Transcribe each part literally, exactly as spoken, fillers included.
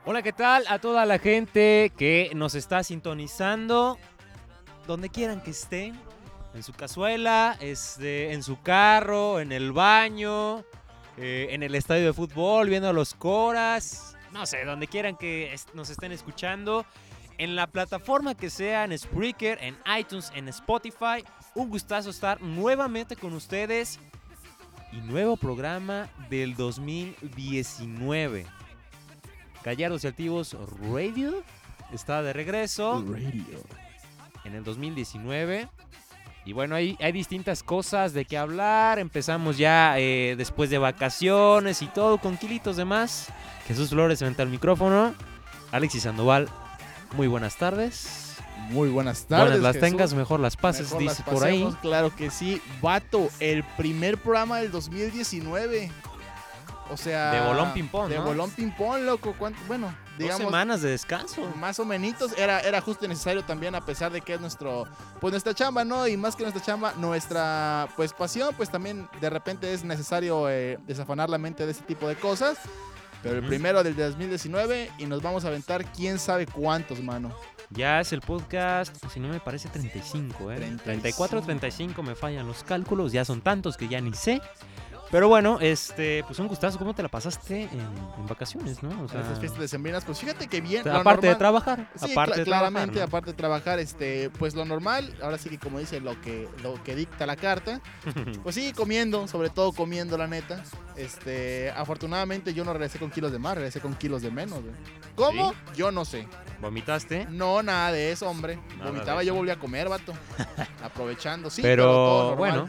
Hola, ¿qué tal? A toda la gente que nos está sintonizando, donde quieran que estén, en su cazuela, este, en su carro, en el baño, eh, en el estadio de fútbol, viendo los coras, no sé, donde quieran que est- nos estén escuchando, en la plataforma que sea, en Spreaker, en iTunes, en Spotify. Un gustazo estar nuevamente con ustedes y nuevo programa del dos mil diecinueve. Gallardos y Altivos Radio está de regreso Radio. en el dos mil diecinueve. Y bueno, hay, hay distintas cosas de qué hablar. Empezamos ya eh, después de vacaciones y todo, con kilitos de más. Jesús Flores frente al micrófono. Alexis Sandoval, muy buenas tardes. Muy buenas tardes. Buenas las Jesús. tengas, mejor las pases, Mejor dice las por ahí. pasemos, claro que sí. Vato, el primer programa del dos mil diecinueve. O sea... De bolón ping-pong, De ¿no? bolón ping-pong, loco. ¿Cuánto? Bueno, digamos... Dos semanas de descanso. Más o menos. Era, era justo y necesario también, a pesar de que es nuestro... Pues nuestra chamba, ¿no? Y más que nuestra chamba, nuestra pues pasión, pues también de repente es necesario eh, desafanar la mente de este tipo de cosas. Pero el Ujú. primero del dos mil diecinueve y nos vamos a aventar quién sabe cuántos, mano. Ya es el podcast, si no me parece, treinta y cinco, ¿eh? treinta y treinta y cuatro, cinco. treinta y cinco, me fallan los cálculos, ya son tantos que ya ni sé. Pero bueno, este, pues un gustazo. ¿Cómo te la pasaste en, en vacaciones, no? O sea, Esas fiestas decembrinas, pues fíjate que bien. lo aparte de normal- trabajar, Sí, aparte cla- de claramente, trabajar, ¿no? aparte de trabajar, este, pues lo normal, ahora sí que como dice lo que, lo que dicta la carta, pues sí, comiendo, sobre todo comiendo, la neta. Este, afortunadamente yo no regresé con kilos de más, regresé con kilos de menos, güey. ¿Cómo? ¿Sí? Yo no sé. ¿Vomitaste? No, nada de eso, hombre. Nada Vomitaba, de yo eso. volví a comer, vato. Aprovechando, sí, pero, todo Pero normal. bueno,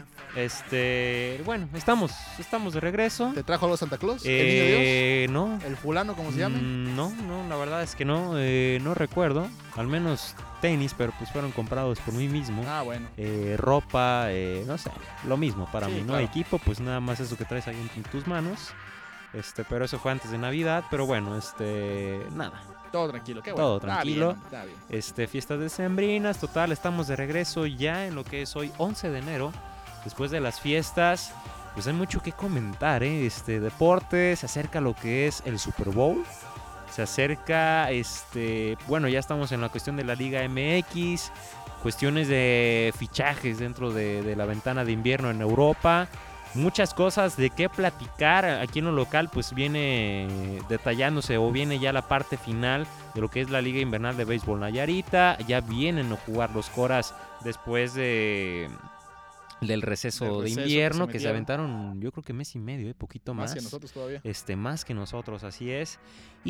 este, bueno, estamos, estamos de regreso. ¿Te trajo algo Santa Claus? ¿El niño Dios? Eh, no. ¿El fulano, como se llame? Mm, No, no, la verdad es que no, eh, no recuerdo. Al menos tenis, pero pues fueron comprados por mí mismo. Ah, bueno. Eh, ropa, eh, no sé, lo mismo para Sí, mí, ¿no? claro. Equipo, pues nada más eso que traes ahí en, en tus manos. Este, pero eso fue antes de Navidad, pero bueno, este, nada. Todo tranquilo, qué Todo bueno. Está tranquilo. bien, está bien. Este, fiestas decembrinas, total, estamos de regreso ya en lo que es hoy once de enero, después de las fiestas. Pues hay mucho que comentar, ¿eh? Este, deporte, se acerca lo que es el Super Bowl. Se acerca, este, bueno, ya estamos en la cuestión de la Liga M X, cuestiones de fichajes dentro de, de la ventana de invierno en Europa, muchas cosas de qué platicar. Aquí en lo local pues viene detallándose o viene ya la parte final de lo que es la Liga Invernal de Béisbol Nayarita. Ya vienen a jugar los Coras después de... del receso, Del de receso que invierno, se que se, metieron. aventaron yo creo que mes y medio, eh, poquito Más más. que nosotros todavía. Este, más que nosotros, así es.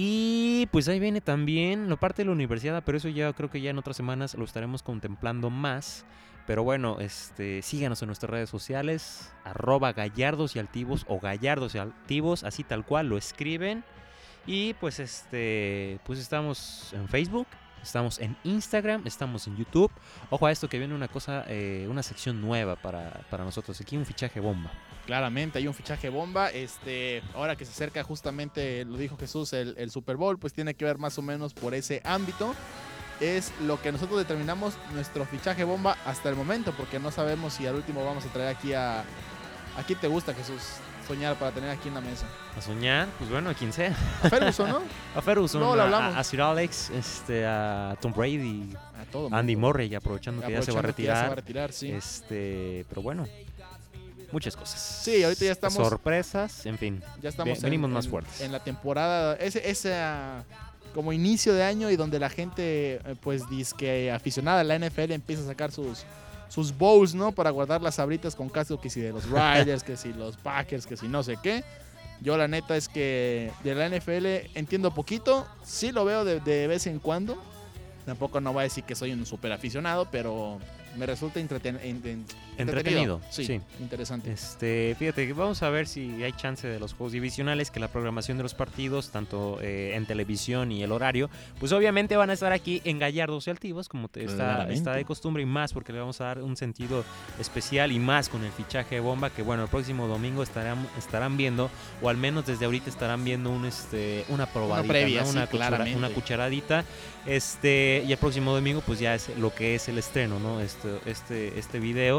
Y pues ahí viene también la parte de la universidad, pero eso ya creo que ya en otras semanas lo estaremos contemplando más. Pero bueno, este, síganos en nuestras redes sociales, arroba Gallardos y Altivos o Gallardos y Altivos, así tal cual lo escriben. Y pues este, pues estamos en Facebook, estamos en Instagram, estamos en YouTube. Ojo a esto que viene una cosa, eh, una sección nueva para, para nosotros. Aquí un fichaje bomba. Claramente hay un fichaje bomba. Este, ahora que se acerca justamente, lo dijo Jesús, el, el Super Bowl, pues tiene que ver más o menos por ese ámbito. Es lo que nosotros determinamos nuestro fichaje bomba hasta el momento, porque no sabemos si al último vamos a traer aquí a... ¿A quién te gusta, Jesús, soñar para tener aquí en la mesa? A soñar, pues bueno, a quien sea. A Ferguson, ¿no? A Ferguson, No, lo a, hablamos. a Sir Alex, este, a Tom Brady, A todo Andy mundo. Murray, aprovechando que ya se va a Aprovechando que ya se va a retirar. retirar, sí. Este, pero bueno, muchas cosas. Sí, ahorita ya estamos- Sorpresas, en fin. Ya estamos Ve- venimos en, más en- fuertes. en la temporada, ese, ese ah, como inicio de año y donde la gente, eh, pues, disque aficionada a la N F L empieza a sacar sus, sus bowls, ¿no? Para guardar las sabritas con casco, que si de los Riders, que si los Packers, que si no sé qué. Yo la neta es que de la N F L entiendo poquito, sí lo veo de, de vez en cuando. Tampoco no voy a decir que soy un súper aficionado, pero me resulta entreten- en- en- Entretenido, Sí, sí. interesante. Este, fíjate, que vamos a ver si hay chance de los juegos divisionales, que la programación de los partidos, tanto eh, en televisión y el horario, pues obviamente van a estar aquí en Gallardos y Altivos, como te está, Claramente. está de costumbre, y más porque le vamos a dar un sentido especial y más con el fichaje de bomba, que bueno, el próximo domingo estarán, estarán viendo, o al menos desde ahorita estarán viendo un, este, una probadita, previa, ¿no? sí, una, cuchara- claramente. una cucharadita. Este, y el próximo domingo pues ya es lo que es el estreno, ¿no? Este, este, este video.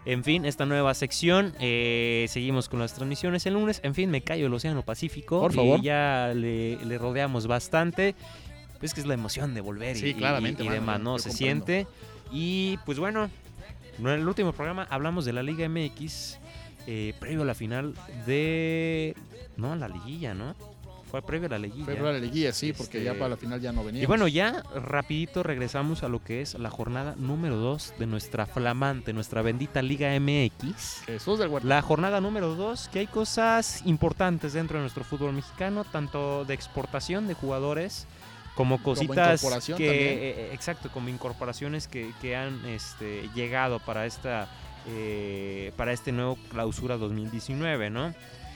En fin, esta nueva sección, eh, seguimos con las transmisiones el lunes. En fin, me callo el Océano Pacífico. Por favor. Y ya le, le rodeamos bastante. Es que es la emoción de volver sí, y, claramente, y, y mano, demás, ¿no? Se comprendo. siente. Y pues bueno, en el último programa hablamos de la Liga M X, eh, previo a la final de... No, la liguilla, ¿no? Fue previo a la liguilla. Fue para la liguilla, sí, porque Este, ya para la final ya no venía. Y bueno, ya rapidito regresamos a lo que es la jornada número dos de nuestra flamante, nuestra bendita Liga M X. Jesús del Huerto. La jornada número dos, que hay cosas importantes dentro de nuestro fútbol mexicano, tanto de exportación de jugadores como cositas Como incorporación que también. eh, exacto, como incorporaciones que, que han este, llegado para esta eh, para este nuevo clausura dos mil diecinueve, ¿no?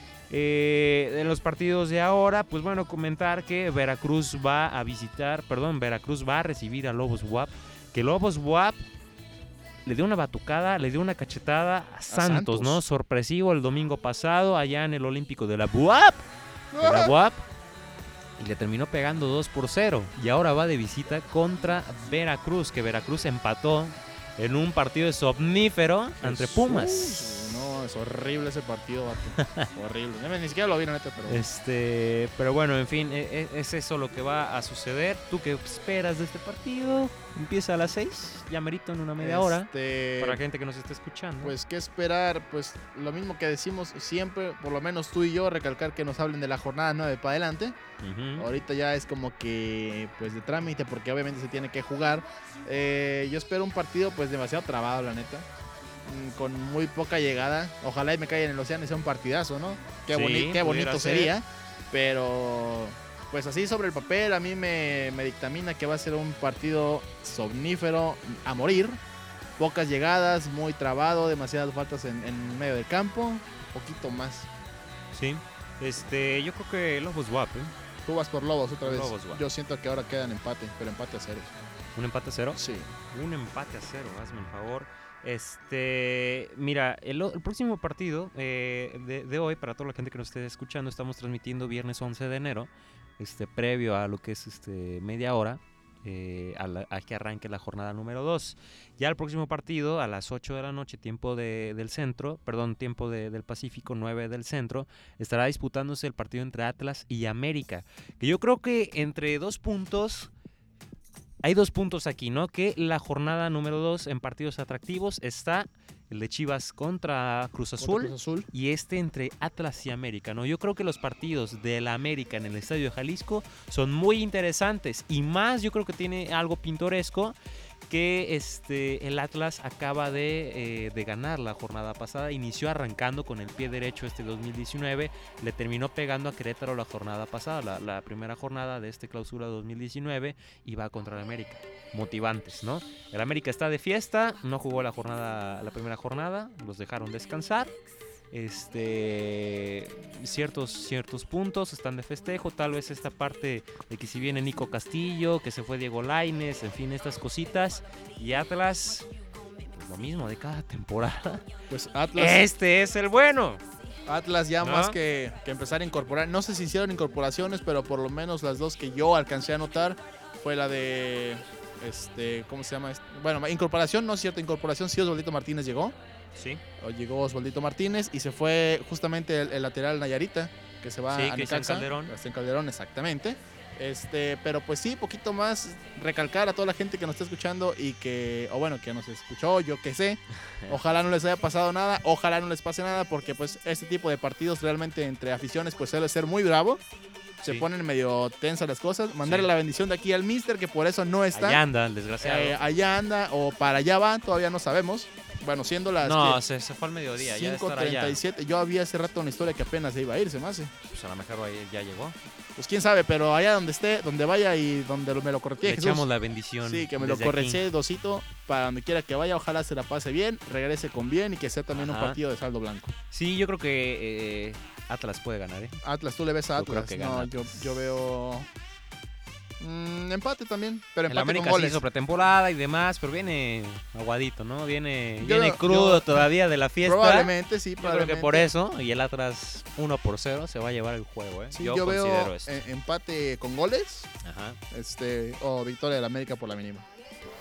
Eh, en los partidos de ahora, pues bueno, comentar que Veracruz va a visitar, perdón, Veracruz va a recibir a Lobos W A P, que Lobos W A P le dio una batucada, le dio una cachetada a Santos, Santos. ¿no? Sorpresivo el domingo pasado allá en el Olímpico de la W A P, de la W A P, y le terminó pegando dos por cero, y ahora va de visita contra Veracruz, que Veracruz empató en un partido somnífero ante Pumas. No, es horrible ese partido, vato. Horrible. Ni siquiera lo vi, la neta, pero... Este, pero bueno, en fin, e- e- es eso lo que va a suceder. ¿Tú qué esperas de este partido? Empieza a las seis, ya merito en una media hora. Este, Para la gente que nos esté escuchando. Pues, ¿qué esperar? Pues, lo mismo que decimos siempre, por lo menos tú y yo, recalcar que nos hablen de la jornada nueve para adelante. Ujú. Ahorita ya es como que, pues, de trámite, porque obviamente se tiene que jugar. Eh, yo espero un partido, pues, demasiado trabado, la neta. Mm, Con muy poca llegada. Ojalá y me caiga en el océano y sea un partidazo, ¿no? Qué, Sí, boni- qué pudiera bonito ser. sería. Pero, pues, así sobre el papel, a mí me, me dictamina que va a ser un partido somnífero a morir. Pocas llegadas, muy trabado, demasiadas faltas en, en medio del campo. Poquito más. Sí. Este, yo creo que Lobos W A P, ¿eh? Tú vas por Lobos otra vez. Lobos, va. Yo siento que ahora quedan empate, pero empate a cero. ¿Un empate a cero? Sí. Un empate a cero, hazme el favor. Este, mira, el, o- el próximo partido eh, de, de hoy, para toda la gente que nos esté escuchando, estamos transmitiendo viernes once de enero, este, previo a lo que es este media hora, eh, a, la- a que arranque la jornada número dos. Ya el próximo partido, a las ocho de la noche, tiempo de- del centro, perdón, tiempo de- del Pacífico, nueve del centro, estará disputándose el partido entre Atlas y América. Que yo creo que entre dos puntos... Hay dos puntos aquí, ¿no? Que la jornada número dos en partidos atractivos está el de Chivas contra Cruz Contra Azul Cruz Azul. y este entre Atlas y América, ¿no? Yo creo que los partidos de la América en el Estadio de Jalisco son muy interesantes y más yo creo que tiene algo pintoresco que este, el Atlas acaba de, eh, de ganar la jornada pasada, inició arrancando con el pie derecho este dos mil diecinueve, le terminó pegando a Querétaro la jornada pasada, la, la primera jornada de este clausura dos mil diecinueve y va contra el América. Motivantes, ¿no? El América está de fiesta, no jugó la jornada, la primera jornada, los dejaron descansar. Este ciertos ciertos puntos están de festejo, tal vez esta parte de que si viene Nico Castillo, que se fue Diego Lainez, en fin, estas cositas, y Atlas pues lo mismo de cada temporada. Pues Atlas, Este es el bueno. Atlas ya ¿No? más que, que empezar a incorporar. No sé si hicieron incorporaciones, pero por lo menos las dos que yo alcancé a notar fue la de. Este, ¿cómo se llama? Bueno, incorporación, no es cierto, incorporación, sí, Osvaldito Martínez llegó. Sí, O llegó Osvaldito Martínez y se fue justamente el, el lateral Nayarita, que se va Sí, a Cristian Necaxa. Calderón. Cristian Calderón, exactamente. Este, pero pues sí, poquito más recalcar a toda la gente que nos está escuchando y que, o bueno, que nos escuchó, yo qué sé. Ojalá no les haya pasado nada, ojalá no les pase nada, porque pues este tipo de partidos realmente entre aficiones pues suele ser muy bravo. Se Sí. ponen medio tensas las cosas. Mandarle Sí. la bendición de aquí al mister, que por eso no está. allá anda el desgraciado. Eh, allá anda o para allá va, todavía no sabemos. Bueno, siendo las no, que se, se fue al mediodía, ya de cinco estar allá. treinta y siete. Yo había hace rato una historia que apenas se iba a ir, se me hace. Pues a lo mejor ahí ya llegó. Pues quién sabe, pero allá donde esté, donde vaya y donde me lo corretee Le Jesús. echamos la bendición. Sí, que me lo desde aquí. correcee Dosito para donde quiera que vaya. Ojalá se la pase bien, regrese con bien y que sea también un Ajá. partido de saldo blanco. Sí, yo creo que eh, Atlas puede ganar, ¿eh? Atlas, tú le ves a Yo creo Atlas. que No, gana yo, Atlas. yo veo mm, empate también, pero El empate América con sí goles. hizo pretemporada y demás, pero viene aguadito, ¿no? Viene, Yo- viene crudo yo- todavía de la fiesta. Probablemente, sí, Yo creo probablemente. que por eso, y el Atlas uno por cero se va a llevar el juego, ¿eh? Sí, yo, yo, considero veo esto. eh, empate con goles, Ajá. este, o victoria del América por la mínima.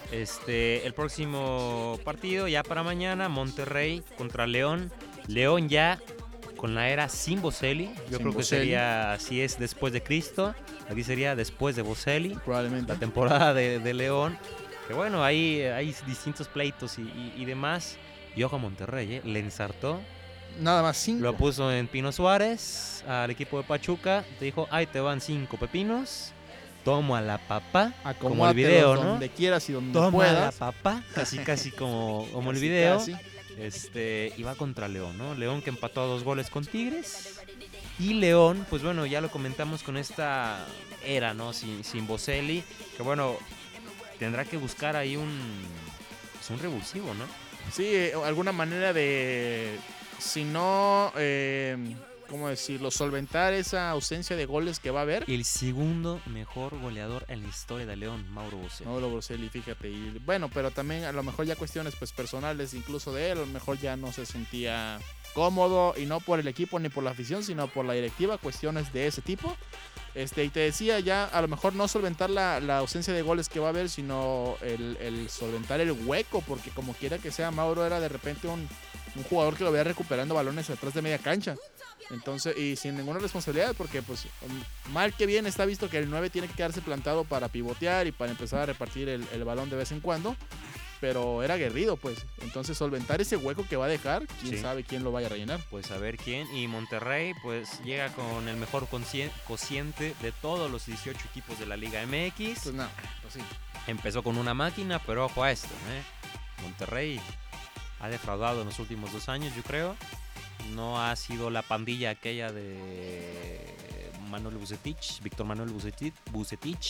Este, el próximo partido ya para mañana, Monterrey contra León. León ya con la era sin Boselli. Yo Sin creo que Boselli. sería, así es, después de Cristo. Aquí sería después de Boselli. Probablemente. La temporada de, de León. Que bueno, ahí hay distintos pleitos y, y, y demás. Y ojo a Monterrey, ¿eh? Le ensartó. Nada más cinco. Lo puso en Pino Suárez al equipo de Pachuca. Te dijo, ahí te van cinco pepinos. Toma la papá. Como el video, ¿no? Donde quieras y donde Toma puedas. la papá. Casi, casi como, como el Casi, video. casi. Este, y va contra León, ¿no? León que empató a dos goles con Tigres. Y León, pues bueno, ya lo comentamos con esta era, ¿no? Sin, sin Boselli. Que bueno, tendrá que buscar ahí un, pues un revulsivo, ¿no? Sí, eh, alguna manera de, si no, eh, ¿cómo decirlo? Solventar esa ausencia de goles que va a haber. El segundo mejor goleador en la historia de León, Mauro Boselli. Mauro Boselli, fíjate. Y bueno, pero también a lo mejor ya cuestiones pues personales incluso de él, a lo mejor ya no se sentía cómodo y no por el equipo ni por la afición, sino por la directiva, cuestiones de ese tipo. Este, y te decía ya, a lo mejor no solventar la, la ausencia de goles que va a haber, sino el, el solventar el hueco, porque como quiera que sea, Mauro era de repente un, un jugador que lo veía recuperando balones atrás de media cancha. Entonces, y sin ninguna responsabilidad, porque pues mal que bien está visto que el nueve tiene que quedarse plantado para pivotear y para empezar a repartir el, el balón de vez en cuando. Pero era aguerrido, pues. Entonces, solventar ese hueco que va a dejar, quién Sí. sabe quién lo vaya a rellenar. Pues a ver quién. Y Monterrey, pues llega con el mejor conscien- cociente de todos los dieciocho equipos de la Liga M X. Pues no, pues sí. Empezó con una máquina, pero ojo a esto, ¿eh? Monterrey ha defraudado en los últimos dos años, yo creo. No ha sido la pandilla aquella de Manuel Bucetich, Víctor Manuel Bucetich. Bucetich.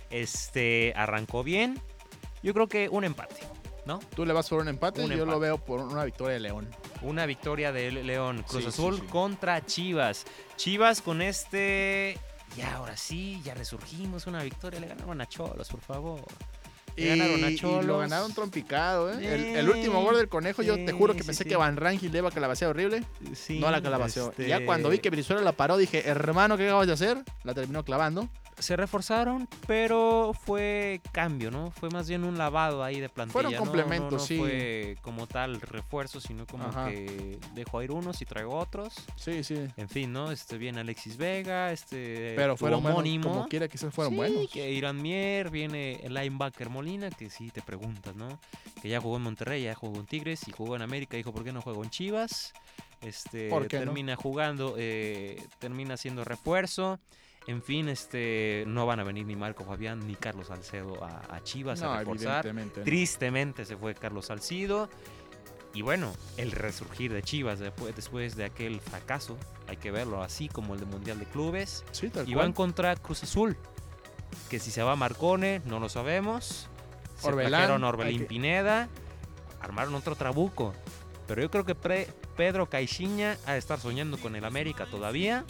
Este, arrancó bien. Yo creo que un empate, ¿no? Tú le vas por un empate, Un yo empate. lo veo por una victoria de León. Una victoria de León. Cruz Sí, Azul sí, sí. contra Chivas. Chivas con este... Ya, ahora sí, ya resurgimos. Una victoria. Le ganaron a Cholos, por favor. Le Y, ganaron a y Cholos. lo ganaron trompicado, ¿eh? El, Eh, el último gol del conejo, yo te sí, juro que sí, pensé sí. que Van Rangel le iba a calabacear horrible. Sí, No la calabaceó. este, Y ya cuando vi que Brizuela la paró, dije, hermano, ¿qué acabas de hacer? La terminó clavando. Se reforzaron, pero fue cambio, ¿no? Fue más bien un lavado ahí de plantilla. Fueron ¿no? complementos, no, no sí. fue como tal refuerzo, sino como Ajá. que dejo ir unos y traigo otros. Sí, sí. En fin, ¿no? Este viene Alexis Vega, este Pero tu fueron buenos, homónimo. como quiera que sean, fueron Sí, buenos. que Irán Mier, viene el linebacker Molina, que sí te preguntas, ¿no? Que ya jugó en Monterrey, ya jugó en Tigres y jugó en América. Dijo, ¿por qué no juego en Chivas? Este, ¿Por qué no? termina jugando, eh, termina siendo refuerzo. En fin, este, no van a venir ni Marco Fabián ni Carlos Salcedo a, a Chivas No, a reforzar. evidentemente. no. Tristemente se fue Carlos Salcido. Y bueno, el resurgir de Chivas después, después de aquel fracaso, hay que verlo así como el de Mundial de Clubes. Sí, tal Y cual. van contra Cruz Azul, que si se va Marcone, no lo sabemos. Se Orbelán, trajeron a hay Orbelín que- Pineda, armaron otro trabuco. Pero yo creo que pre- Pedro Caixinha ha de estar soñando con el América todavía.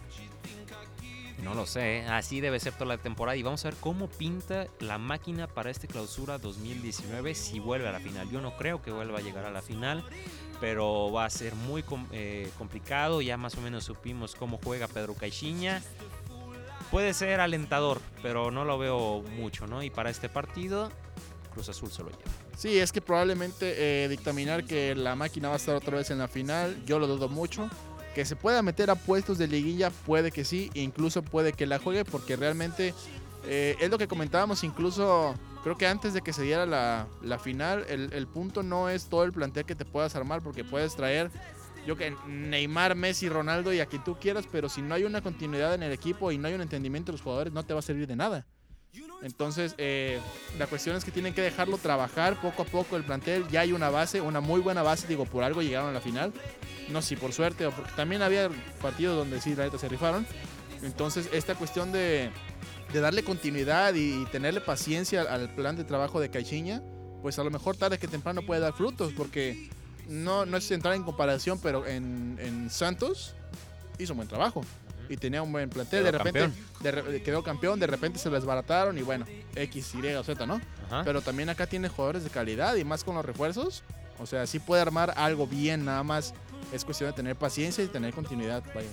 No lo sé, ¿eh? Así debe ser toda la temporada. Y vamos a ver cómo pinta la máquina para este clausura dos mil diecinueve si vuelve a la final. Yo no creo que vuelva a llegar a la final, pero va a ser muy com- eh, complicado. Ya más o menos supimos cómo juega Pedro Caixinha. Puede ser alentador, pero no lo veo mucho, ¿no? Y para este partido, Cruz Azul se lo lleva. Sí, es que probablemente eh, dictaminar que la máquina va a estar otra vez en la final, yo lo dudo mucho. Que se pueda meter a puestos de liguilla, puede que sí, e incluso puede que la juegue, porque realmente eh, es lo que comentábamos, incluso creo que antes de que se diera la, la final, el, el punto no es todo el plantel que te puedas armar, porque puedes traer, yo que Neymar, Messi, Ronaldo y a quien tú quieras, pero si no hay una continuidad en el equipo y no hay un entendimiento de los jugadores, no te va a servir de nada. Entonces, eh, la cuestión es que tienen que dejarlo trabajar poco a poco el plantel. Ya hay una base, una muy buena base, digo, por algo llegaron a la final. No sé si por suerte o porque también había partidos donde sí, la neta se rifaron. Entonces, esta cuestión de, de darle continuidad y, y tenerle paciencia al, al plan de trabajo de Caixinha, pues a lo mejor tarde que temprano puede dar frutos, porque no, no es entrar en comparación, pero en, en Santos hizo un buen trabajo. Y tenía un buen plantel, Quedó de repente campeón. de re- quedó campeón, de repente se lo desbarataron y bueno, X, Y o Z, ¿no? Ajá. Pero también acá tiene jugadores de calidad y más con los refuerzos. O sea, sí puede armar algo bien, nada más es cuestión de tener paciencia y tener continuidad. Vaya.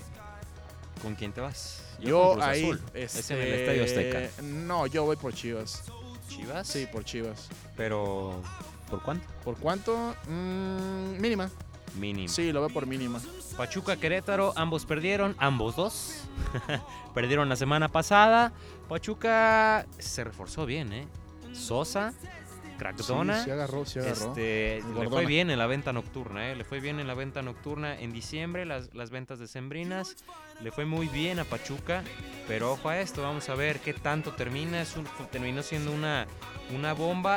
¿Con quién te vas? Yo con Cruz ahí, Azul. este, Es en el Estadio Azteca. No, yo voy por Chivas. ¿Chivas? Sí, por Chivas. Pero, ¿por cuánto? ¿Por cuánto? Mm, mínima. Mínimo. Sí, lo veo por mínima. Pachuca, Querétaro, ambos perdieron, ambos dos. Perdieron la semana pasada. Pachuca se reforzó bien, ¿eh? Sosa, Crackdona. Sí, se agarró, se agarró. Este, le Gordona. fue bien en la venta nocturna, ¿eh? Le fue bien en la venta nocturna en diciembre, las, las ventas decembrinas. Le fue muy bien a Pachuca, pero ojo a esto, vamos a ver qué tanto termina. Es un, terminó siendo una, una bomba.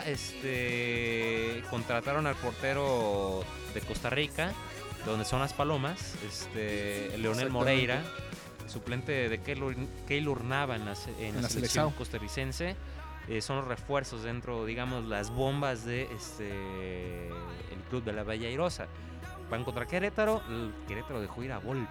Este, contrataron al portero de Costa Rica, de donde son las Palomas, este, Leonel Moreira, suplente de Keylor, Keylor Nava en la, en En la la selección selección. costarricense. Eh, son los refuerzos dentro, digamos, las bombas de este el club de la Bella Airosa. Van contra Querétaro, el Querétaro dejó ir a Volpi.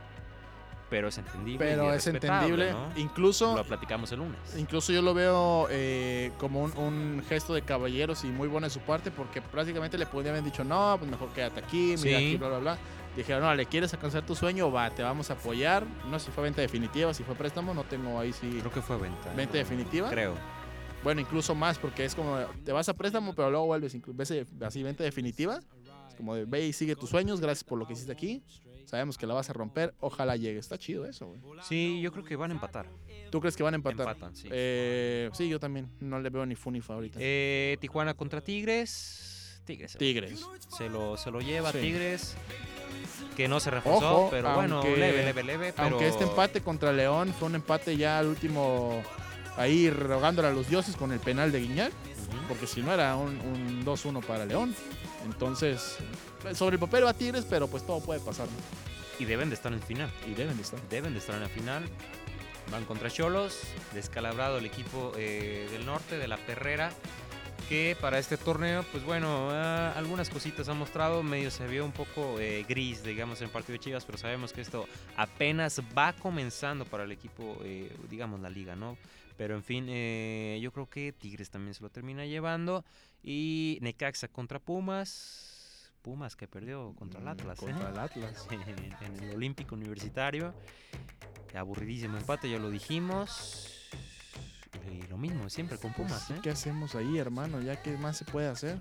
Pero es entendible. Pero y es respetable, entendible. ¿no? Incluso, Lo platicamos el lunes. incluso yo lo veo eh, como un, un gesto de caballeros y muy bueno de su parte, porque prácticamente le podrían haber dicho, no, pues mejor quédate aquí, mira Sí. aquí, bla, bla, bla. Dijeron, no, ¿le quieres alcanzar tu sueño? Va, te vamos a apoyar. No sé si fue venta definitiva, si fue préstamo, no tengo ahí si... Creo que fue venta. ¿Venta definitiva? Creo. Bueno, incluso más, porque es como, te vas a préstamo, pero luego vuelves, inclu- ves, eh, así, venta definitiva. Es como de, ve y sigue tus sueños, gracias por lo que hiciste aquí. Sabemos que la vas a romper, ojalá llegue. Está chido eso, güey. Sí, yo creo que van a empatar. ¿Tú crees que van a empatar? Empatan, sí. Eh, sí, yo también. No le veo ni fu ni fa ahorita. Eh, Tijuana contra Tigres. Tigres. Tigres. Se lo, se lo lleva Sí. Tigres. Que no se reforzó, Ojo, pero bueno, aunque- leve, leve, leve. Pero... Aunque este empate contra León fue un empate ya al último, ahí rogándole a los dioses con el penal de Guiñac, Ujú. porque si no era un, un dos uno para León. Entonces, sobre el papel va Tigres, pero pues todo puede pasar, ¿no? Y deben de estar en final. Y deben de estar. Deben de estar en la final. Van contra Xolos, descalabrado el equipo eh, del norte, de la Perrera, que para este torneo, pues bueno, ah, algunas cositas ha mostrado, medio se vio un poco eh, gris, digamos, en el partido de Chivas, pero sabemos que esto apenas va comenzando para el equipo, eh, digamos, la liga, ¿no? Pero en fin, eh, yo creo que Tigres también se lo termina llevando. Y Necaxa contra Pumas. Pumas que perdió contra el Atlas, Contra ¿eh? el Atlas. en, en el Olímpico Universitario. Aburridísimo empate, ya lo dijimos. Y lo mismo, siempre con Pues Pumas, sí, ¿eh? ¿qué hacemos ahí, hermano? ¿Ya qué más se puede hacer?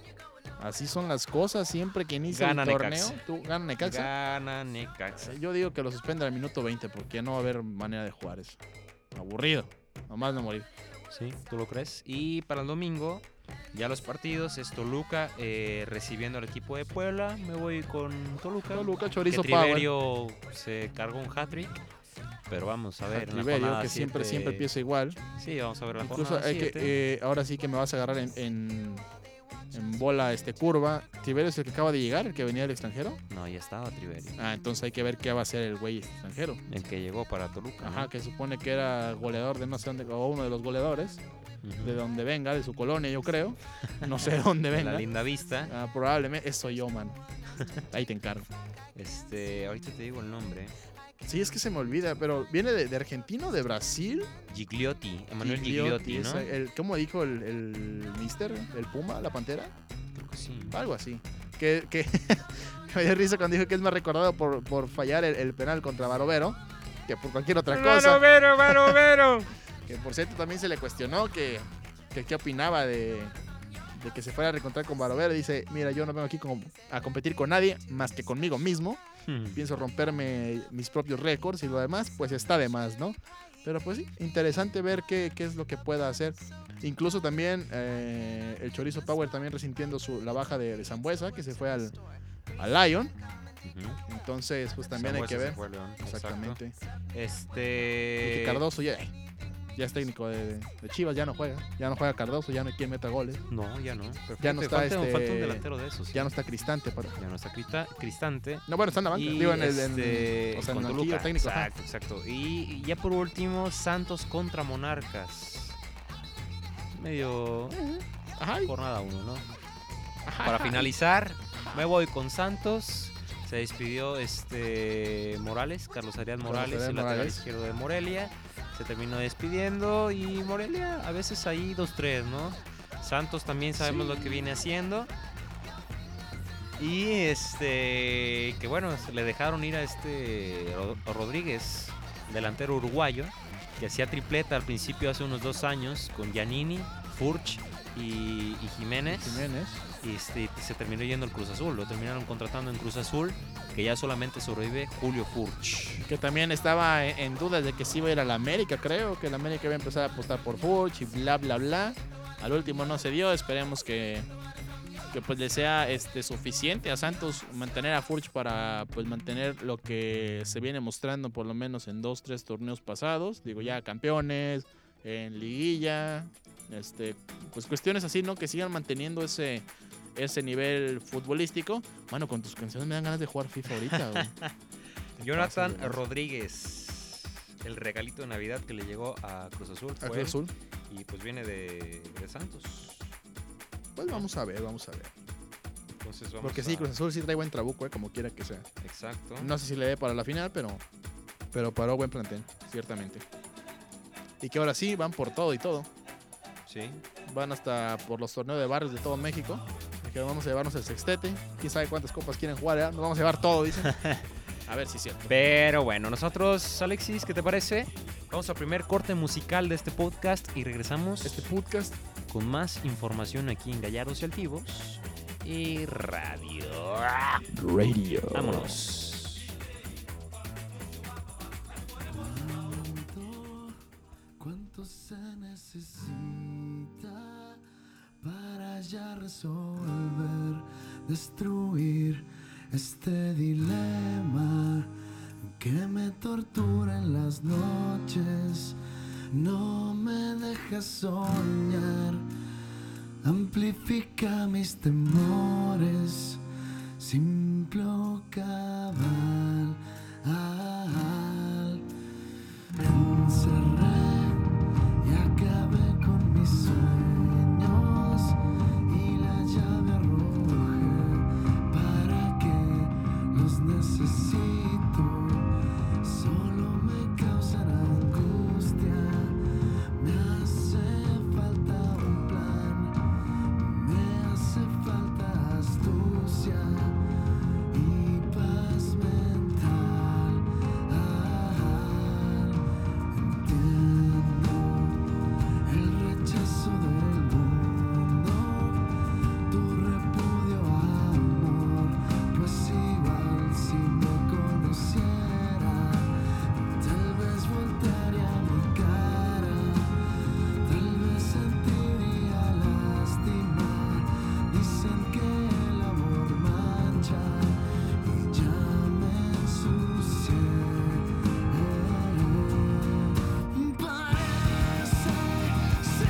Así son las cosas siempre que inicia Gana el torneo. Necaxa. ¿Tú gana Necaxa? Gana Necaxa. Yo digo que lo suspende al minuto veinte porque ya no va a haber manera de jugar eso. Aburrido. Nomás no morir. Sí, ¿tú lo crees? Y para el domingo, ya los partidos, es Toluca eh, recibiendo al equipo de Puebla. Me voy con Toluca. Toluca, Que chorizo power. Triverio se cargó un hat-trick. Pero vamos a ver. en la Triverio, jornada que siempre, siete. siempre empieza igual. Sí, vamos a ver la Incluso jornada hay que, siete. eh, ahora sí que me vas a agarrar en, en, en bola este curva. Triverio es el que acaba de llegar, el que venía del extranjero. No, ya estaba Triverio. Ah, entonces hay que ver qué va a hacer el güey extranjero. El que llegó para Toluca. ¿no? Ajá, que supone que era goleador de no sé dónde, o uno de los goleadores, Ujú. de donde venga, de su colonia, yo creo. No sé de dónde De venga. la linda vista. Ah, probablemente, eso soy yo, man. Ahí te encargo. Este, ahorita te digo el nombre. Sí, es que se me olvida, pero ¿viene de, de Argentina o de Brasil? Gigliotti, Emanuel Gigliotti, ¿no? esa- el, ¿Cómo dijo el, el mister? ¿El Puma? ¿La Pantera? Creo que sí. Algo así. Que, que me dio risa cuando dijo que es más recordado por, por fallar el, el penal contra Barovero que por cualquier otra cosa. Barovero, Barovero. Que por cierto también se le cuestionó que, que qué opinaba de, de que se fuera a reencontrar con Barovero. Dice, mira, yo no vengo aquí como a competir con nadie más que conmigo mismo. Pienso romperme mis propios récords y lo demás, pues está de más, ¿no? Pero pues sí, interesante ver qué, qué es lo que pueda hacer. Incluso también eh, el Chorizo Power también resintiendo su, la baja de, de Zambuesa, que se fue al, al Lion. Ujú. Entonces, pues también Zambuesa hay que se ver. fue a León, Exactamente. exacto. Y Este. que Cardoso ya, ya es técnico de, de Chivas, ya no juega. Ya no juega Cardoso, ya no hay quien meta goles. No, ya no. Pero Ya no fíjate, está falta, este- falta un delantero de esos. Ya no está Cristante. Para... Ya no está Crista- Cristante. No, bueno, está en la banca. Y Digo, en el, en- este, o sea, en con el Toluca. banquillo técnico. ajá. Exacto, exacto. Y, y ya por último, Santos contra Monarcas. Medio Ajá. jornada uno, ¿no? Ajá, Para ajá. finalizar, me voy con Santos. Se despidió este Morales, Carlos Arias Carlos Morales, Arias el lateral Morales. izquierdo de Morelia. Se terminó despidiendo y Morelia a veces ahí dos tres, ¿no? Santos también sabemos Sí. lo que viene haciendo. Y este, que bueno, se le dejaron ir a este Ro- Rodríguez, delantero uruguayo, que hacía tripleta al principio hace unos dos años con Giannini. Furch y, y Jiménez. Jiménez. Y este, se terminó yendo al Cruz Azul. Lo terminaron contratando en Cruz Azul, que ya solamente sobrevive Julio Furch. Que también estaba en, en dudas de que sí iba a ir a la América, creo. Que la América iba a empezar a apostar por Furch y bla, bla, bla. Al último no se dio. Esperemos que, que pues le sea este, suficiente a Santos mantener a Furch para pues mantener lo que se viene mostrando por lo menos en dos, tres torneos pasados. Digo, ya campeones, en liguilla, este, pues cuestiones así, ¿no? Que sigan manteniendo ese, ese nivel futbolístico. Mano, con tus canciones me dan ganas de jugar FIFA ahorita, güey. Jonathan pasa, Rodríguez, el regalito de Navidad que le llegó a Cruz Azul ¿A fue Cruz Azul? y pues viene de, de Santos. Pues vamos a ver, vamos a ver. Entonces vamos Porque a... sí, Cruz Azul sí trae buen trabuco, eh, como quiera que sea. Exacto. No sé si le dé para la final, pero, pero paró buen plantel, ciertamente. Y que ahora sí van por todo y todo. Sí. Van hasta por los torneos de barrios de todo México. Y que vamos a llevarnos el sextete. Quién sabe cuántas copas quieren jugar, ¿eh? Nos vamos a llevar todo, dicen. A ver si es cierto. Pero bueno, nosotros, Alexis, ¿qué te parece? Vamos al primer corte musical de este podcast y regresamos Este podcast. con más información aquí en Gallardos y Altivos y Radio. Radio. Vámonos. ¿Cuánto se necesita para ya resolver, destruir este dilema que me tortura en las noches? No me deja soñar, amplifica mis temores, simple o cabal. Encerré y acabé con mis sueños y la llave arrojé. ¿Para qué los necesito? Solo me causan angustia. Me hace falta un plan, me hace falta astucia y paz mental. Entiendo el rechazo del mundo, tu repudio, amor, pues igual si me conociera, tal vez voltearía mi cara, tal vez sentiría lástima. Dicen que el amor mancha y ya me ensucié. Parece, sí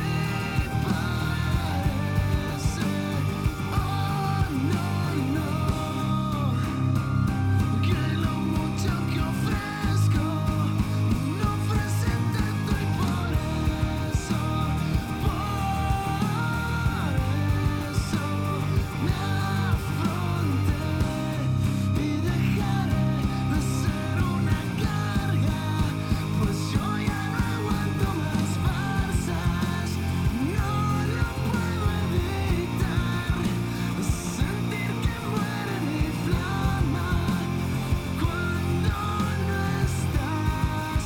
parece, oh no, no, que lo mucho que ofrezco no ofrece tanto y por eso, por eso me afronté y dejaré de ser una carga, pues yo ya no aguanto más farsas, no lo puedo evitar, sentir que muere mi flama cuando no estás,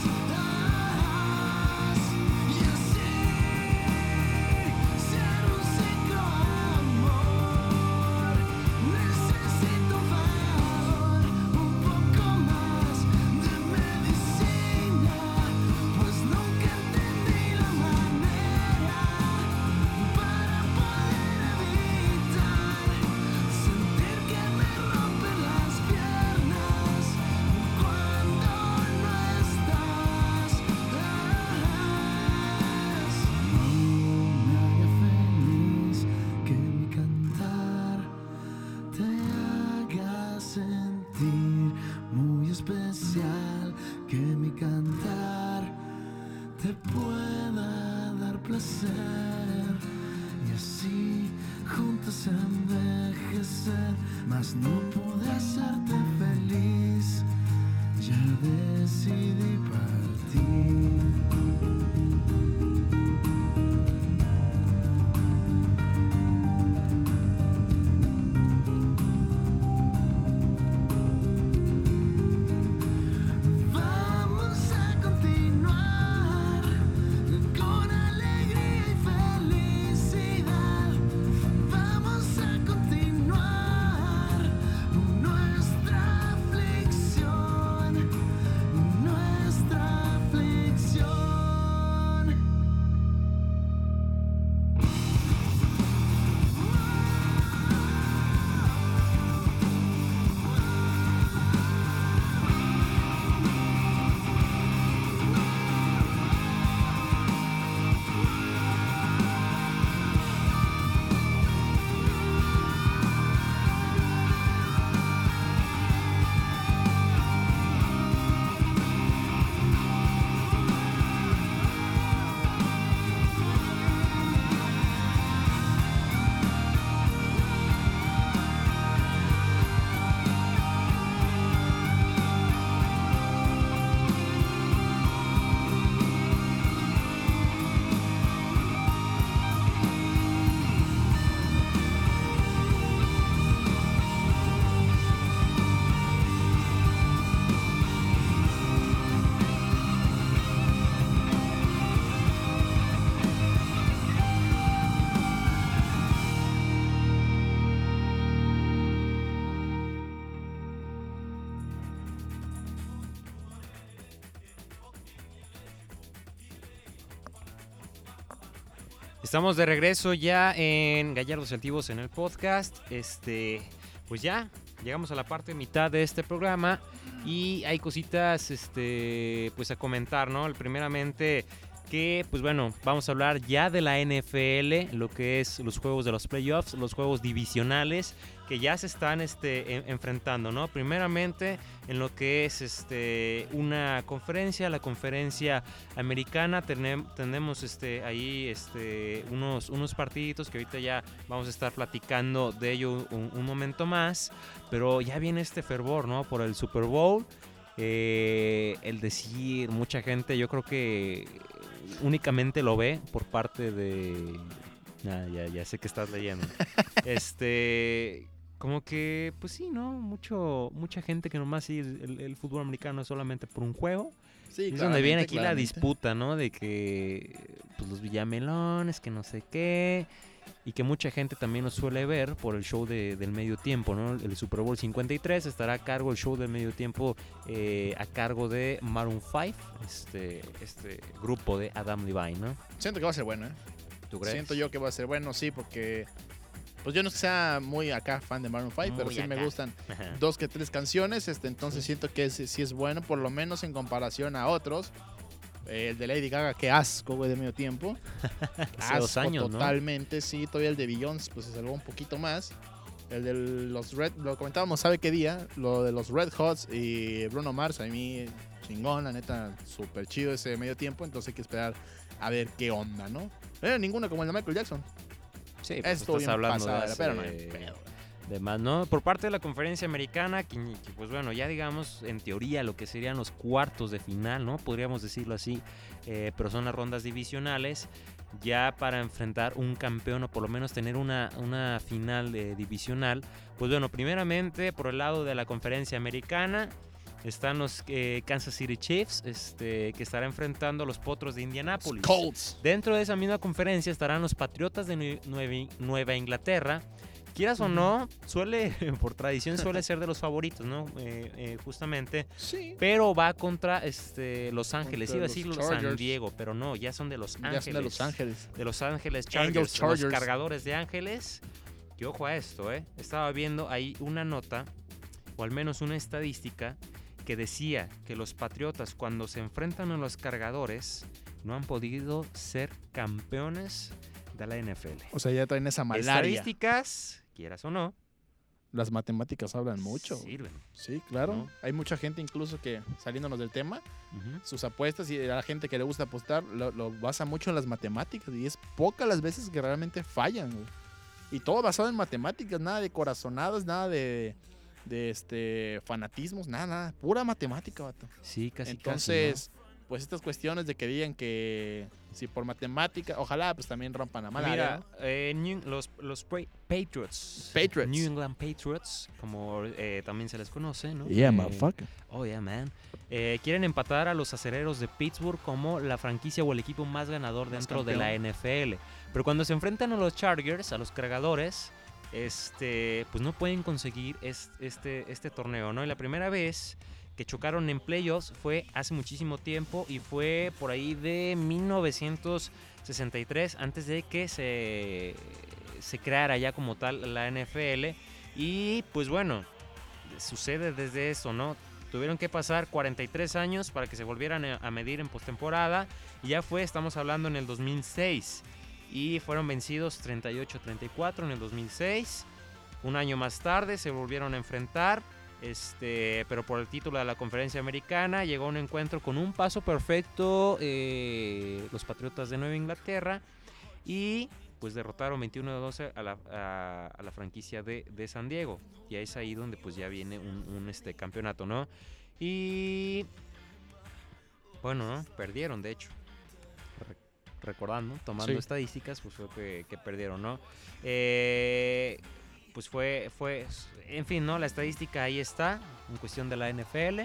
y así ser un ciclo amor. Necesito un favor, un poco más de medicina, pues nunca entendí la manera para poder evitar sentir que me rompen las piernas cuando no estás. No me haga feliz que mi cantar te haga sentir muy especial, que mi cantar te pueda dar placer y así juntos envejecer, mas no pude hacerte feliz, ya decidí partir. Vamos a continuar con alegría y feliz. Estamos de regreso ya en Gallardos y Altivos en el podcast. Este, pues ya llegamos a la parte mitad de este programa y hay cositas, este, pues a comentar, ¿no? Primeramente que, pues bueno, vamos a hablar ya de la N F L, lo que es los juegos de los playoffs, los juegos divisionales que ya se están este, en, enfrentando, ¿no? Primeramente en lo que es este, una conferencia, la conferencia americana, tenem, tenemos este, ahí este, unos, unos partiditos que ahorita ya vamos a estar platicando de ello un, un momento más, pero ya viene este fervor, ¿no? Por el Super Bowl. Eh, el decir, mucha gente, yo creo que únicamente lo ve por parte de... Ah, ya, ya sé que estás leyendo. este... Como que, pues sí, ¿no? Mucho, mucha gente que nomás sigue el, el fútbol americano solamente por un juego. Sí, es donde viene aquí claramente. La disputa, ¿no? De que pues, los villamelones, que no sé qué. Y que mucha gente también nos suele ver por el show de, del medio tiempo, ¿no? El Super Bowl cincuenta y tres estará a cargo, el show del medio tiempo, eh, a cargo de Maroon cinco, este, este grupo de Adam Levine, ¿no? Siento que va a ser bueno, ¿eh? ¿Tú crees? Siento yo que va a ser bueno, sí, porque... Pues yo no sea muy acá fan de Maroon cinco, muy pero sí acá. Me gustan dos que tres canciones, este, entonces siento que sí, sí es bueno, por lo menos en comparación a otros. El de Lady Gaga, qué asco, güey, de medio tiempo. Hace dos años, totalmente, ¿no? Sí. Todavía el de Beyoncé, pues se salvó un poquito más. El de los Red, lo comentábamos, ¿sabe qué día? Lo de los Red Hots y Bruno Mars, a mí chingón, la neta, súper chido ese medio tiempo, entonces hay que esperar a ver qué onda, ¿no? Eh, ninguna como el de Michael Jackson. Sí, pues estás hablando pasada, de, pero no hay pedo. De más, ¿no? Por parte de la conferencia americana, que, que pues bueno, ya digamos en teoría lo que serían los cuartos de final, ¿no? Podríamos decirlo así, eh, pero son las rondas divisionales, ya para enfrentar un campeón o por lo menos tener una, una final eh, divisional. Pues bueno, primeramente por el lado de la conferencia americana están los eh, Kansas City Chiefs, este, que estará enfrentando a los Potros de Indianápolis. Colts. Dentro de esa misma conferencia estarán los Patriotas de Nueva, Nueva Inglaterra. Quieras o no, suele, por tradición, suele ser de los favoritos, ¿no? Eh, eh, justamente. Sí. Pero va contra este, Los Ángeles. Contra Iba a decir los San Diego, pero no, ya son de Los Ángeles. Ya son de Los Ángeles. De Los Ángeles Chargers, Chargers. Los cargadores de Ángeles. Y ojo a esto, ¿eh? Estaba viendo ahí una nota, o al menos una estadística, que decía que los Patriotas, cuando se enfrentan a los cargadores, no han podido ser campeones de la N F L. O sea, ya traen esa malaria. Estadísticas, quieras o no, las matemáticas hablan mucho. Sirven. Sí, claro. ¿No? Hay mucha gente incluso que, saliéndonos del tema, uh-huh. sus apuestas y a la gente que le gusta apostar lo, lo basa mucho en las matemáticas y es pocas las veces que realmente fallan, güey. Y todo basado en matemáticas, nada de corazonadas, nada de, de este fanatismos, nada, nada, pura matemática, vato. Sí, casi Entonces, casi, ¿no? Pues estas cuestiones de que digan que si por matemática, ojalá pues también rompan la malaria. Mira, ¿no? eh, New, los, los Patriots, Patriots, New England Patriots, como eh, también se les conoce, ¿no? Yeah, eh, motherfucker. Oh, yeah, man. Eh, quieren empatar a los Acereros de Pittsburgh como la franquicia o el equipo más ganador Más dentro campeón. de la N F L. Pero cuando se enfrentan a los Chargers, a los cargadores, este, pues no pueden conseguir este, este, este torneo, ¿no? Y la primera vez que chocaron en playoffs fue hace muchísimo tiempo y fue por ahí de mil novecientos sesenta y tres, antes de que se, se creara ya como tal la N F L. Y pues bueno, sucede desde eso, ¿no? Tuvieron que pasar cuarenta y tres años para que se volvieran a medir en postemporada. Y ya fue, estamos hablando en el dos mil seis. Y fueron vencidos treinta y ocho a treinta y cuatro en el dos mil seis. Un año más tarde se volvieron a enfrentar. Este, pero por el título de la conferencia americana llegó a un encuentro con un paso perfecto eh, los Patriotas de Nueva Inglaterra y pues derrotaron veintiuno a doce a la, a, a la franquicia de, de San Diego y es ahí donde pues ya viene un, un este, campeonato, ¿no? Y bueno, ¿no? Perdieron de hecho. Re- recordando, tomando Sí. estadísticas, pues fue que, que perdieron, ¿no? Eh... Pues fue, fue, en fin, ¿no? La estadística ahí está, en cuestión de la N F L.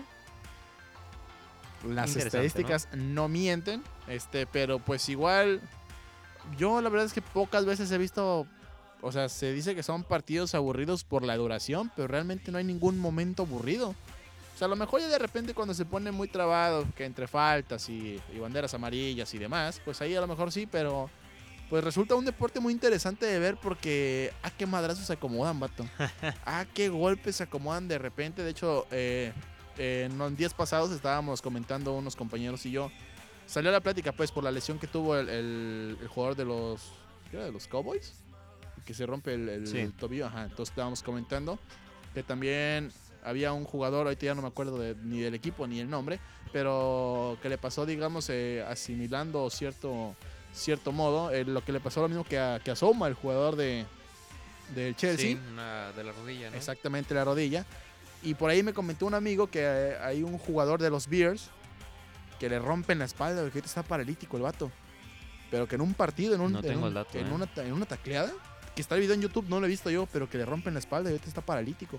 Las Interesante, estadísticas ¿no? no mienten, este, pero pues igual, yo la verdad es que pocas veces he visto, o sea, se dice que son partidos aburridos por la duración, pero realmente no hay ningún momento aburrido. O sea, a lo mejor ya de repente cuando se pone muy trabado, que entre faltas y, y banderas amarillas y demás, pues ahí a lo mejor sí, pero pues resulta un deporte muy interesante de ver porque a qué madrazos se acomodan, vato. A qué golpes se acomodan de repente. De hecho, eh, eh, en los días pasados estábamos comentando unos compañeros y yo. Salió la plática, pues, por la lesión que tuvo el, el- el jugador de los, ¿qué era? De los Cowboys. Que se rompe el, el Sí. tobillo. Ajá, entonces estábamos comentando que también había un jugador, ahorita ya no me acuerdo de- ni del equipo ni el nombre, pero que le pasó, digamos, eh, asimilando cierto, cierto modo, eh, lo que le pasó lo mismo que a, que a Soma, el jugador de, del Chelsea. Sí, una de la rodilla, ¿no? Exactamente, la rodilla. Y por ahí me comentó un amigo que eh, hay un jugador de los Bears que le rompen la espalda, que ahorita está paralítico el vato. Pero que en un partido, en, un, No en, tengo un- el dato, en eh. una, ta- en una tacleada, que está el video en YouTube, no lo he visto yo, pero que le rompen la espalda y ahorita está paralítico.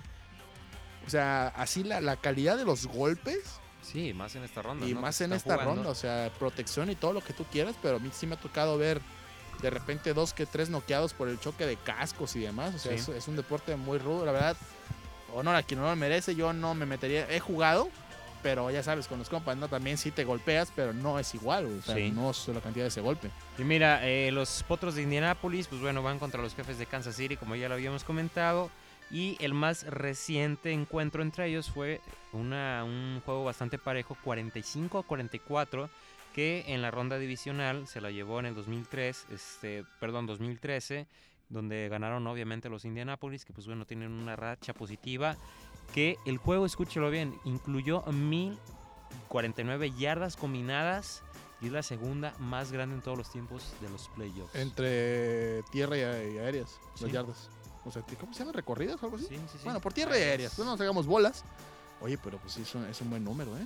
O sea, así la, la calidad de los golpes Sí, más en esta ronda. y ¿no? más Que en están esta jugando. ronda, o sea, protección y todo lo que tú quieras, pero a mí sí me ha tocado ver de repente dos que tres noqueados por el choque de cascos y demás, o sea, Sí. es, es un deporte muy rudo, la verdad, honor a quien no lo merece, yo no me metería, he jugado, pero ya sabes, con los compas, ¿no? También sí te golpeas, pero no es igual, o sea, Sí. no es la cantidad de ese golpe. Y mira, eh, los Potros de Indianápolis, pues bueno, van contra los Jefes de Kansas City, como ya lo habíamos comentado. Y el más reciente encuentro entre ellos fue una, un juego bastante parejo, cuarenta y cinco a cuarenta y cuatro, que en la ronda divisional se la llevó en el dos mil tres, este, perdón, dos mil trece, donde ganaron obviamente los Indianapolis, que pues bueno, tienen una racha positiva, que el juego, escúchelo bien, incluyó mil cuarenta y nueve yardas combinadas y es la segunda más grande en todos los tiempos de los playoffs. Entre tierra y, y aéreas, Sí. las yardas. O sea, ¿cómo se llaman? ¿Recorridas o algo así? Sí, sí, sí. Bueno, por tierra y Ah, aéreas, es- pues no nos hagamos bolas. Oye, pero pues sí, es un, es un buen número, ¿eh?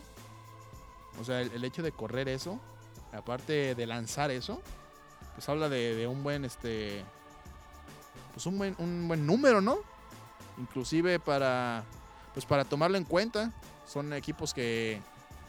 O sea, el, el hecho de correr eso, aparte de lanzar eso, pues habla de, de un buen, este, pues un buen, un buen número, ¿no? Inclusive para, pues para tomarlo en cuenta, son equipos que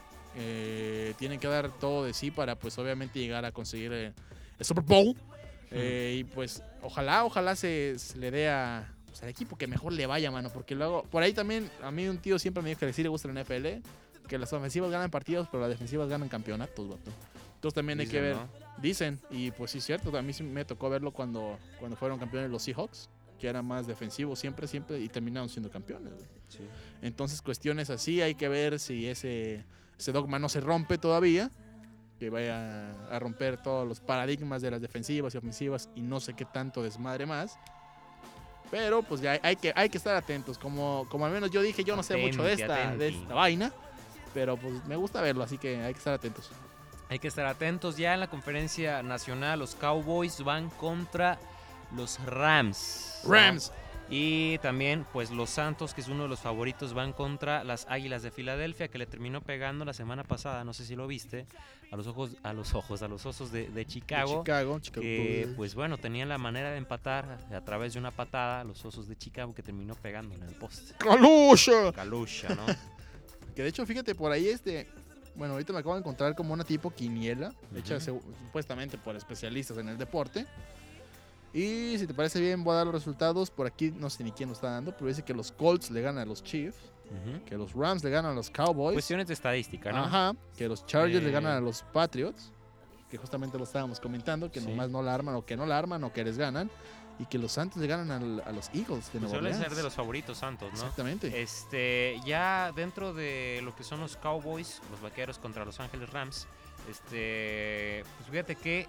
eh, tienen que dar todo de sí para, pues obviamente llegar a conseguir eh, el Super Bowl. Eh, y pues ojalá, ojalá se, se le dé a, pues, al equipo que mejor le vaya, mano. Porque luego, por ahí también, a mí un tío siempre me dijo que sí le gusta la N F L. Que las ofensivas ganan partidos, pero las defensivas ganan campeonatos, vato. Entonces también hay que Dicen, ver, ¿no? dicen, y pues sí es cierto, a mí sí me tocó verlo cuando, cuando fueron campeones los Seahawks, que eran más defensivos siempre, siempre, y terminaron siendo campeones. güey. Sí. Entonces cuestiones así, hay que ver si ese, ese dogma no se rompe todavía, que vaya a romper todos los paradigmas de las defensivas y ofensivas y no sé qué tanto desmadre más. Pero pues ya hay, hay que, hay que estar atentos, como, como al menos yo dije, yo no sé mucho de Atenti, esta, de atenti. esta vaina, pero pues me gusta verlo, así que hay que estar atentos. Hay que estar atentos ya en la conferencia nacional. Los Cowboys van contra los Rams. ¿no? Rams. Y también, pues, los Santos, que es uno de los favoritos, van contra las Águilas de Filadelfia, que le terminó pegando la semana pasada, no sé si lo viste, a los ojos, a los ojos, a los osos de, de De Chicago. Chicago, Chicago Que, Bulls. pues bueno, tenían la manera de empatar a través de una patada a los osos de Chicago, que terminó pegando en el poste. ¡Calusha! Calusha, ¿no? Que de hecho, fíjate, por ahí este. Bueno, ahorita me acabo de encontrar como una tipo quiniela, hecha Ujú. segu- supuestamente por especialistas en el deporte. Y si te parece bien, voy a dar los resultados. Por aquí no sé ni quién lo está dando, pero dice que los Colts le ganan a los Chiefs, Ujú. que los Rams le ganan a los Cowboys. Cuestiones de estadística, ¿no? Ajá, que los Chargers le Eh. ganan a los Patriots, que justamente lo estábamos comentando, que Sí. nomás no la arman o que no la arman o que les ganan. Y que los Santos le ganan al- a, los Eagles de Pues Nueva suele Orleans. ser de los favoritos Santos, ¿no? Exactamente. Este, ya dentro de lo que son los Cowboys, los vaqueros contra los Ángeles Rams, este, pues fíjate que,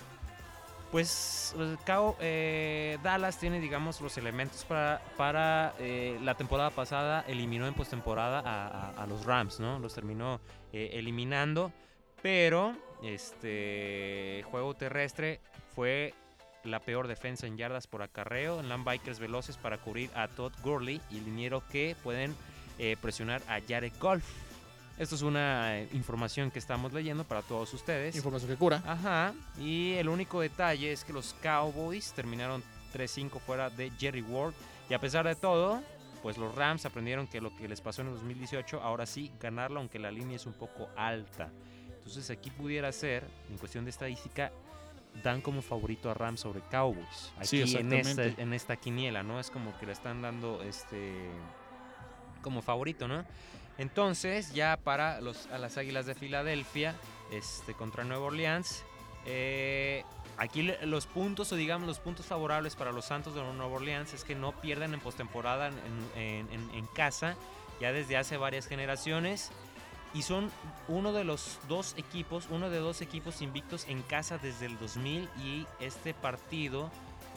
pues, el Cow- eh, Dallas tiene, digamos, los elementos para, para eh, la temporada pasada eliminó en postemporada a, a- a los Rams, ¿no? Los terminó eh, eliminando, pero, este, juego terrestre fue la peor defensa en yardas por acarreo, en linebackers veloces para cubrir a Todd Gurley y el liniero que pueden eh, presionar a Jared Goff. Esto es una eh, información que estamos leyendo para todos ustedes. Información que cura. Ajá, y el único detalle es que los Cowboys terminaron tres cinco fuera de Jerry Ward y a pesar de todo, pues los Rams aprendieron que lo que les pasó en el dos mil dieciocho, ahora sí ganarlo aunque la línea es un poco alta. Entonces aquí pudiera ser, en cuestión de estadística, dan como favorito a Rams sobre Cowboys. Aquí Sí, en, exactamente. esta, en esta quiniela, ¿no? Es como que le están dando este como favorito, ¿no? Entonces, ya para los, a las Águilas de Filadelfia, este, contra Nueva Orleans, Eh, aquí le- los puntos, o digamos los puntos favorables para los Santos de Nueva Orleans es que no pierden en postemporada en, en- en- en casa ya desde hace varias generaciones. Y son uno de los dos equipos, uno de dos equipos invictos en casa desde el dos mil. Y este partido,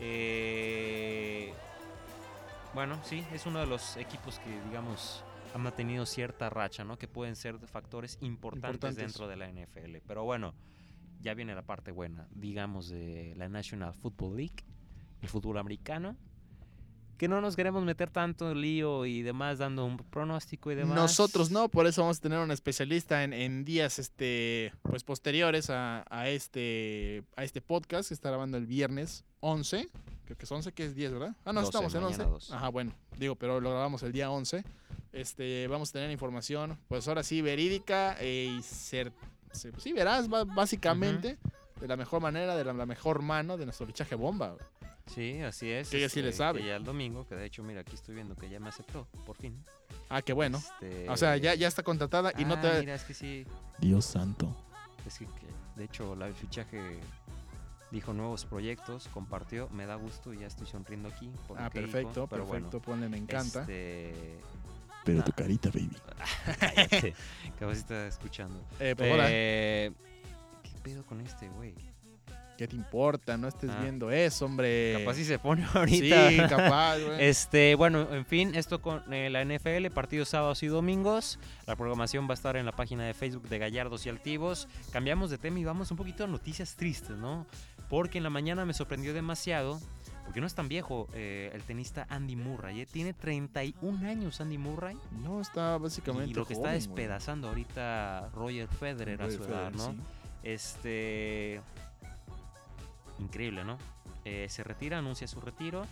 eh, bueno, sí, es uno de los equipos que, digamos, han mantenido cierta racha, ¿no? Que pueden ser factores importantes, Importantes. dentro de la N F L. Pero bueno, ya viene la parte buena, digamos, de la National Football League, el fútbol americano. Que no nos queremos meter tanto en lío y demás, dando un pronóstico y demás. Nosotros no, por eso vamos a tener un especialista en, en días este pues posteriores a, a este a este podcast que está grabando el viernes once. Creo que es once, que es diez, ¿verdad? Ah, no, doce, estamos en mañana once. doce. Ajá, bueno, digo, pero lo grabamos el día once. Este, vamos a tener información, pues ahora sí, verídica e y ser, se- sí, verás, ba- básicamente, de la mejor manera, de la, la mejor mano de nuestro fichaje bomba. Sí, así es. Que ella sí le sabe. Que ya el domingo, que de hecho, mira, aquí estoy viendo que ya me aceptó, por fin. Ah, qué bueno. Este, O sea, ya, ya está contratada y no ah, te... mira, es que sí. Dios santo. Es que, que, de hecho, la, el fichaje dijo nuevos proyectos, compartió, me da gusto y ya estoy sonriendo aquí. por lo Ah, que dijo, perfecto, pero perfecto, bueno, ponle me encanta. Este, Pero nah. tu carita, baby. cállate, capaz está escuchando. Eh, pues hola, Eh, ¿Qué pedo con este, güey? ¿qué te importa? No estés Ah. viendo eso, hombre. Capaz si se pone ahorita. Sí, capaz, güey. Este, bueno, en fin, esto con eh, la N F L, partidos sábados y domingos. La programación va a estar en la página de Facebook de Gallardos y Altivos. Cambiamos de tema y vamos un poquito a noticias tristes, ¿no? Porque en la mañana me sorprendió demasiado, porque no es tan viejo eh, el tenista Andy Murray. ¿eh? Tiene treinta y un años Andy Murray. No, está básicamente Y lo que está joven, güey. despedazando ahorita Roger Federer a Roger su edad, Federer, ¿no? sí. Este. Increíble, ¿no? Eh, se retira, anuncia su retiro.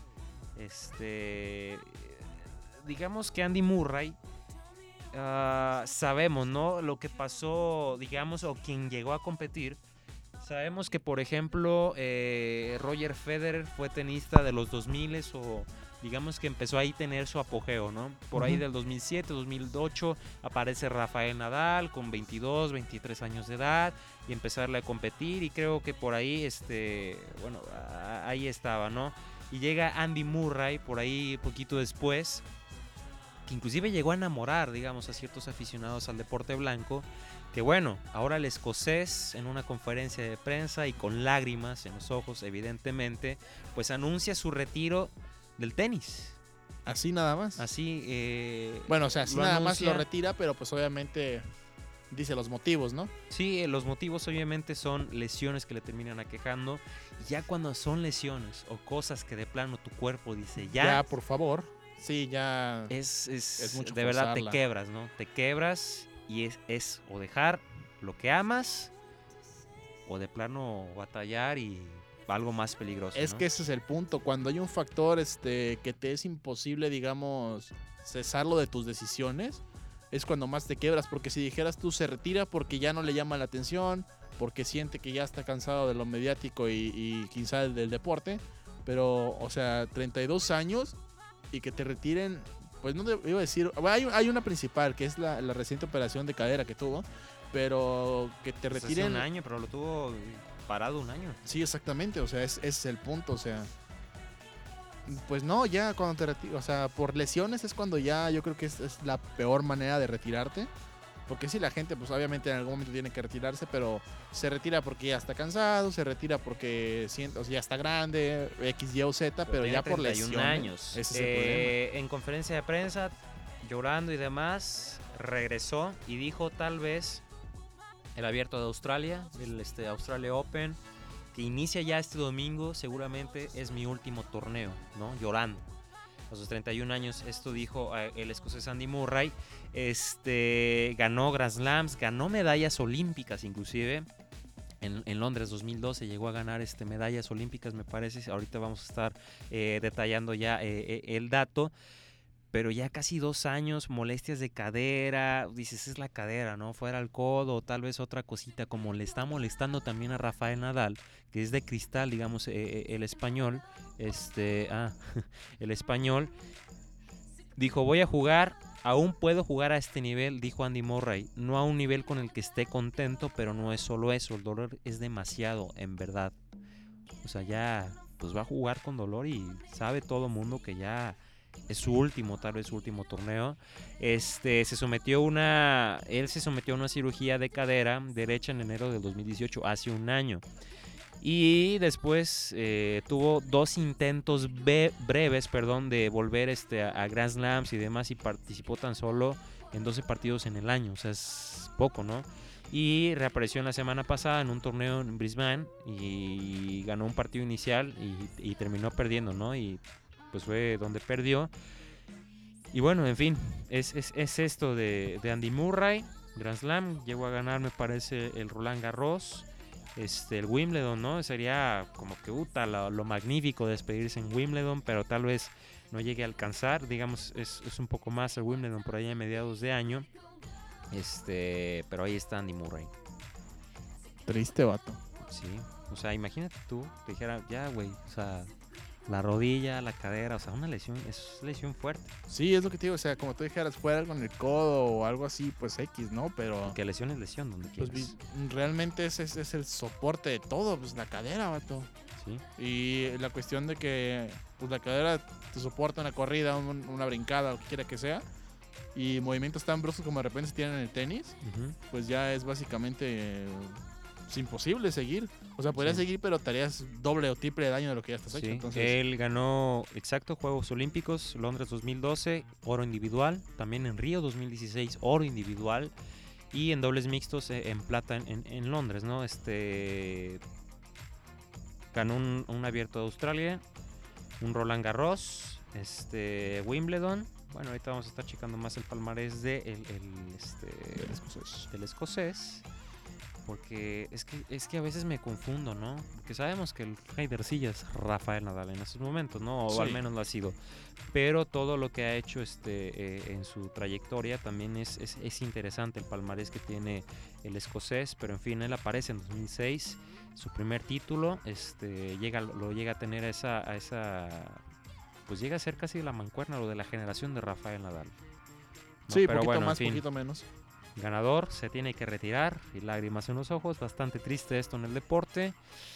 Este. Digamos que Andy Murray. ah, sabemos, ¿no? Lo que pasó, digamos, o quien llegó a competir. Sabemos que, por ejemplo, eh, Roger Federer fue tenista de los dos mil o digamos que empezó ahí a tener su apogeo, ¿no? Por ahí Ujú. del dos mil siete, dos mil ocho aparece Rafael Nadal con veintidós, veintitrés años de edad y empezarle a competir y creo que por ahí, este, bueno, a- ahí estaba, ¿no? Y llega Andy Murray por ahí poquito después, que inclusive llegó a enamorar, digamos, a ciertos aficionados al deporte blanco, que bueno, ahora el escocés en una conferencia de prensa y con lágrimas en los ojos, evidentemente, pues anuncia su retiro del tenis. Así nada más. Así, eh, Bueno, o sea, así lo nada más lo anuncia. retira, pero pues obviamente dice los motivos, ¿no? Sí, eh, los motivos obviamente son lesiones que le terminan aquejando. Y ya cuando son lesiones o cosas que de plano tu cuerpo dice Ya, ya, por favor. Sí, ya. es, es, es mucho de verdad te forzarla. quebras, ¿no? Te quebras y es, es o dejar lo que amas o de plano batallar y algo más peligroso. Es ¿no? que ese es el punto. Cuando hay un factor este, que te es imposible, digamos, cesarlo de tus decisiones, es cuando más te quebras. Porque si dijeras tú se retira porque ya no le llama la atención, porque siente que ya está cansado de lo mediático y, y quizá del deporte. Pero, o sea, treinta y dos años y que te retiren, pues no te, iba a decir, bueno, hay, hay una principal que es la, la reciente operación de cadera que tuvo, pero que te Pues hace retiren... un año, pero lo tuvo parado un año. Sí, exactamente, o sea, es- ese es el punto, o sea... Pues no, ya cuando te retiras, o sea, por lesiones es cuando ya yo creo que es, es la peor manera de retirarte. Porque sí, la gente pues obviamente en algún momento tiene que retirarse, pero se retira porque ya está cansado, se retira porque siente, o sea, ya está grande, X, Y o Z, pero, tiene ya por treinta y un lesiones. años. Ese es el Eh, en conferencia de prensa, llorando y demás, regresó y dijo tal vez el abierto de Australia, el este, Australia Open, que inicia ya este domingo, seguramente es mi último torneo, ¿no? Llorando. A sus treinta y un años, esto dijo eh, el escocés Andy Murray. Este, ganó Grand Slams, ganó medallas olímpicas inclusive. En, en Londres dos mil doce llegó a ganar este, medallas olímpicas, me parece. Ahorita vamos a estar eh, detallando ya eh, eh, el dato. Pero ya casi dos años, molestias de cadera, dices, es la cadera, ¿no? Fuera el codo o tal vez otra cosita, como le está molestando también a Rafael Nadal, que es de cristal, digamos, eh, eh, el español, este, ah, el español, dijo, voy a jugar aún puedo jugar a este nivel, dijo Andy Murray. No a un nivel con el que esté contento, pero no es solo eso. El dolor es demasiado, en verdad. O sea, ya pues va a jugar con dolor y sabe todo mundo que ya es su último, tal vez su último torneo. Este, se sometió una, él se sometió a una cirugía de cadera derecha en enero del dos mil dieciocho, hace un año. Y después eh, tuvo dos intentos be- breves, perdón, de volver este, a, a Grand Slams y demás, y participó tan solo en doce partidos en el año. O sea, es poco, ¿no? Y reapareció en la semana pasada en un torneo en Brisbane y ganó un partido inicial y, y terminó perdiendo, ¿no? Y pues fue donde perdió. Y bueno, en fin, es, es, es esto de, de Andy Murray, Grand Slam. Llegó a ganar, me parece, el Roland Garros, este, el Wimbledon, ¿no? Sería como que uta, lo, lo magnífico de despedirse en Wimbledon, pero tal vez no llegue a alcanzar. Digamos, es, es un poco más el Wimbledon por allá a mediados de año. Este, pero ahí está Andy Murray. Triste, vato. Sí, o sea, imagínate tú, te dijera, ya, güey, o sea, la rodilla, la cadera, o sea, una lesión, es lesión fuerte. Sí, es lo que te digo, o sea, como tú dijeras, fuera algo en el codo o algo así, pues X, ¿no? Pero Que lesión es lesión, donde pues quieras. vi- realmente ese es, es el soporte de todo, pues la cadera, vato. Sí, Y la cuestión de que pues la cadera te soporta una corrida, un- una brincada, lo que quiera que sea. Y movimientos tan bruscos como de repente se tienen en el tenis, ujú. pues ya es básicamente eh, es imposible seguir. O sea, podrías Sí. seguir, pero te harías doble o triple de daño de lo que ya estás hecho. Sí, Entonces, él ganó, exacto, Juegos Olímpicos, Londres dos mil doce, oro individual, también en Río dos mil dieciséis, oro individual, y en dobles mixtos eh, en plata en, en- en Londres, ¿no? Este ganó un, un abierto de Australia, un Roland Garros, este Wimbledon. Bueno, ahorita vamos a estar checando más el palmarés de el, el, este, del escocés. del escocés. Porque es que, es que a veces me confundo, ¿no? Porque sabemos que el rey de arcilla es Rafael Nadal en estos momentos, ¿no? O Sí. al menos lo ha sido. Pero todo lo que ha hecho este, eh, en su trayectoria también es, es, es interesante el palmarés que tiene el escocés. Pero en fin, él aparece en dos mil seis, su primer título, este, llega, lo llega a tener a esa, a esa... Pues llega a ser casi la mancuerna, lo de la generación de Rafael Nadal. ¿no? Sí, Pero poquito bueno, en más, fin. poquito menos. Ganador, se tiene que retirar y lágrimas en los ojos, bastante triste esto en el deporte.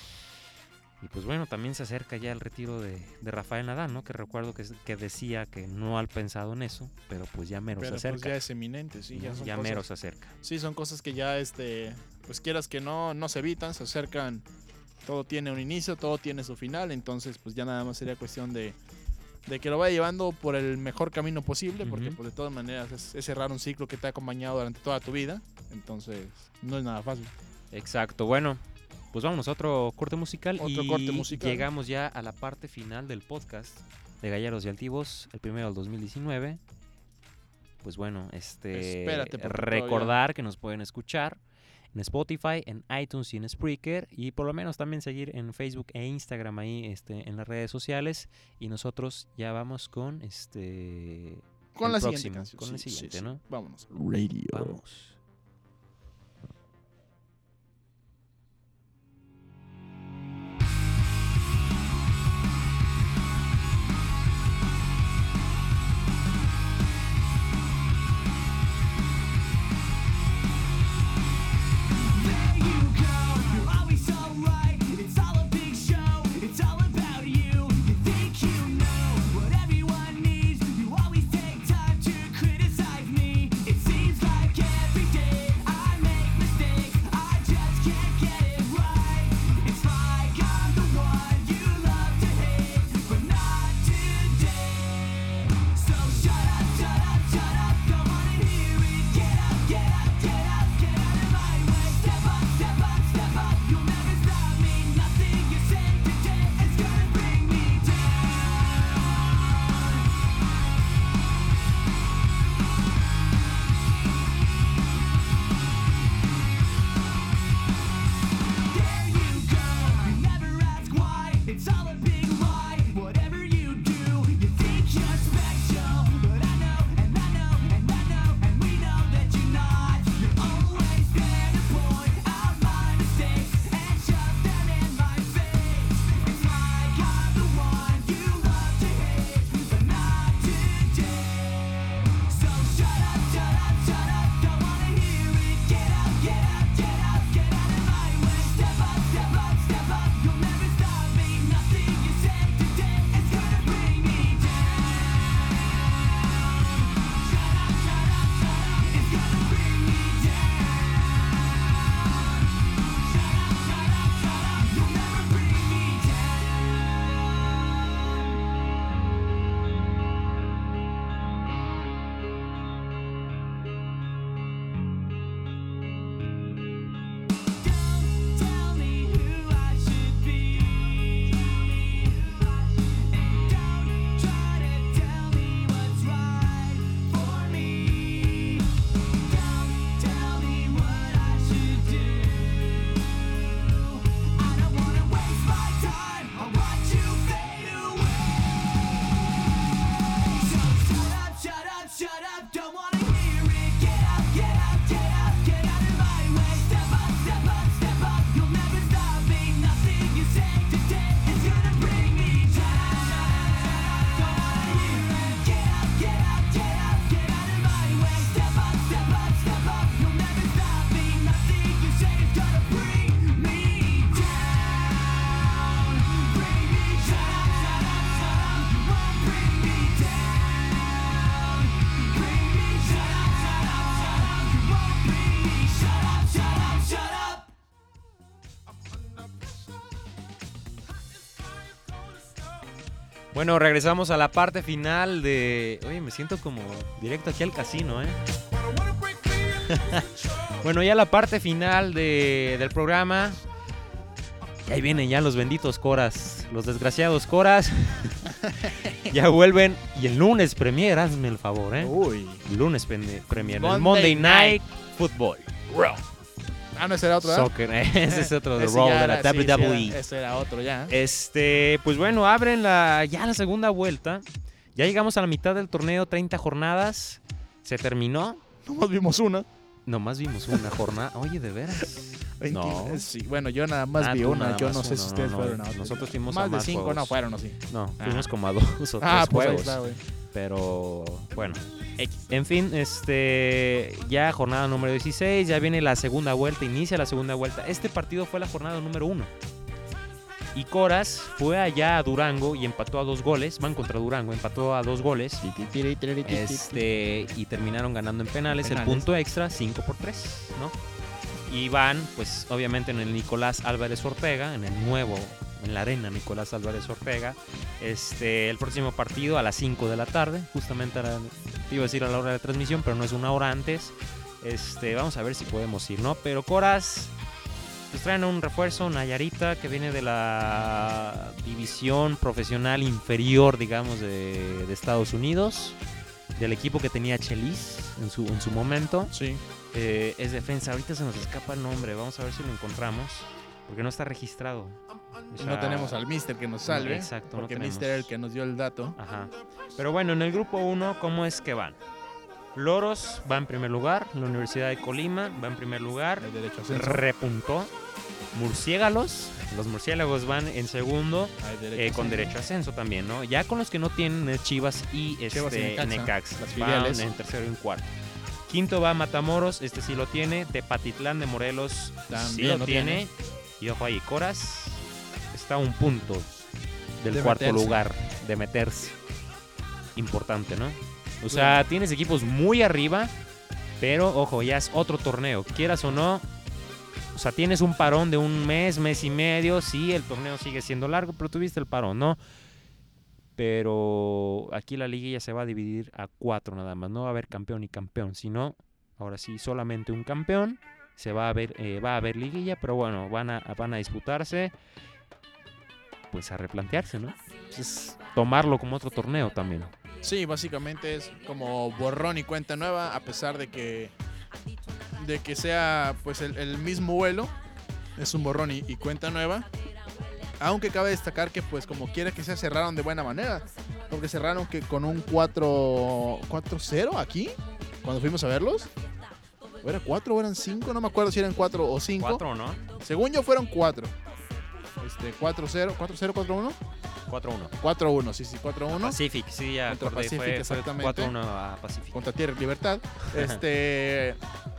Y pues bueno, también se acerca ya el retiro de, de Rafael Nadal, ¿no? Que recuerdo que, que decía que no ha pensado en eso, pero pues ya mero Pero se pues acerca. ya es eminente, sí, ya ¿no? son ya cosas. mero se acerca. Sí, son cosas que ya, este, pues quieras que no, no se evitan, se acercan. Todo tiene un inicio, todo tiene su final, entonces pues ya nada más sería cuestión de, de que lo vaya llevando por el mejor camino posible, porque Ujú. pues de todas maneras es, es cerrar un ciclo que te ha acompañado durante toda tu vida, entonces no es nada fácil. Exacto, bueno, pues vámonos a otro corte musical. Otro y corte musical. llegamos ya a la parte final del podcast de Gallardos y Altivos, el primero del dos mil diecinueve. Pues bueno, este Espérate, porque recordar que nos pueden escuchar en Spotify, en iTunes y en Spreaker, y por lo menos también seguir en Facebook e Instagram ahí este, en las redes sociales. Y nosotros ya vamos con este Con el la próximo, siguiente canción. con el sí, sí, siguiente, sí. ¿no? Vámonos. Radio. Vamos. There you go, you're always so right. It's all a big show, it's all about you. You think you know what everyone needs. You always take time to criticize me. It seems like every day Bueno, regresamos a la parte final de... Oye, me siento como directo aquí al casino, ¿eh? Bueno, ya la parte final de, del programa. Y ahí vienen ya los benditos coras. Los desgraciados coras. Ya vuelven. Y el lunes premier, hazme el favor, ¿eh? Uy. Lunes pende- premier. Monday el Monday Night Night Football. Ah, no, ese era otro, ¿verdad? Soccer. Ese es otro de Ese Raw ya de la era- sí, sí, W W E. era- ese era otro ya. Este, pues bueno, abren la ya la segunda vuelta. Ya llegamos a la mitad del torneo, treinta jornadas. Se terminó. Nomás vimos una. Nomás vimos una jornada. Oye, ¿de veras? No. Sí, bueno, yo nada más Ah, vi tú una. nada Yo más no sé uno, si ustedes no, fueron no. a otro. Nosotros fuimos a más de más cinco, juegos. no fueron así. No, Ah. fuimos como a dos o tres Ah, pues ahí juegos. está, güey. Pero bueno. En fin, este ya jornada número dieciséis, ya viene la segunda vuelta, inicia la segunda vuelta. Este partido fue la jornada número uno. Y Coras fue allá a Durango y empató a dos goles. Van contra Durango, empató a dos goles. Este, y terminaron ganando en penales, el Penales. punto extra, cinco por tres, ¿no? Y van, pues, obviamente en el Nicolás Álvarez Ortega, en el nuevo, en la arena Nicolás Álvarez Ortega. Este, el próximo partido a las cinco de la tarde, justamente a la, te iba a decir a la hora de transmisión, pero no es una hora antes. Este, vamos a ver si podemos ir, ¿no? Pero Coras, pues traen un refuerzo, Nayarita, que viene de la división profesional inferior, digamos, de, de Estados Unidos, del equipo que tenía Chelis en su, en su momento. Sí. Eh, es defensa, ahorita se nos escapa el nombre, vamos a ver si lo encontramos, porque no está registrado. O sea, No tenemos al mister que nos salve. Exacto, no Porque tenemos. mister era el que nos dio el dato. Ajá. Pero bueno, en el grupo uno, ¿cómo es que van? Loros va en primer lugar, la Universidad de Colima va en primer lugar, El derecho a ascenso. repuntó. Murciélagos, los murciélagos van en segundo, Hay derecho eh, a con ascenso. derecho a ascenso también, ¿no? Ya con los que no tienen es Chivas y este, Chivas y Necaxa, Necaxa, las van filiales. en tercero y en cuarto. Quinto va Matamoros, este sí lo tiene. Tepatitlán de Morelos También sí lo, lo tiene. Y ojo ahí, Coras está a un punto del De cuarto meterse. lugar de meterse. Importante, ¿no? O sea, tienes equipos muy arriba, pero ojo, ya es otro torneo. Quieras o no, o sea, tienes un parón de un mes, mes y medio. Sí, el torneo sigue siendo largo, pero tuviste el parón, ¿no? Pero aquí la liguilla se va a dividir a cuatro nada más. No va a haber campeón y campeón, sino ahora sí solamente un campeón. Se va a ver, eh, va a haber liguilla, pero bueno, van a, van a disputarse, pues a replantearse, ¿no? Es tomarlo como otro torneo también. Sí, básicamente es como borrón y cuenta nueva, a pesar de que de que sea pues el, el mismo vuelo, es un borrón y, y cuenta nueva. Aunque cabe destacar que pues como quiera que sea cerraron de buena manera, porque cerraron que con un cuatro cero aquí, cuando fuimos a verlos. ¿O era cuatro o eran cinco? No me acuerdo si eran cuatro o cinco. Cuatro, ¿no? Según yo fueron cuatro. Este, cuatro cero, cuatro cero, cuatro uno. cuatro uno. cuatro uno, sí, sí, cuatro uno. Pacific, sí, ya Contra acordé, Pacific, fue- fue exactamente. cuatro uno a Pacific. Contra Tierra y Libertad. Este.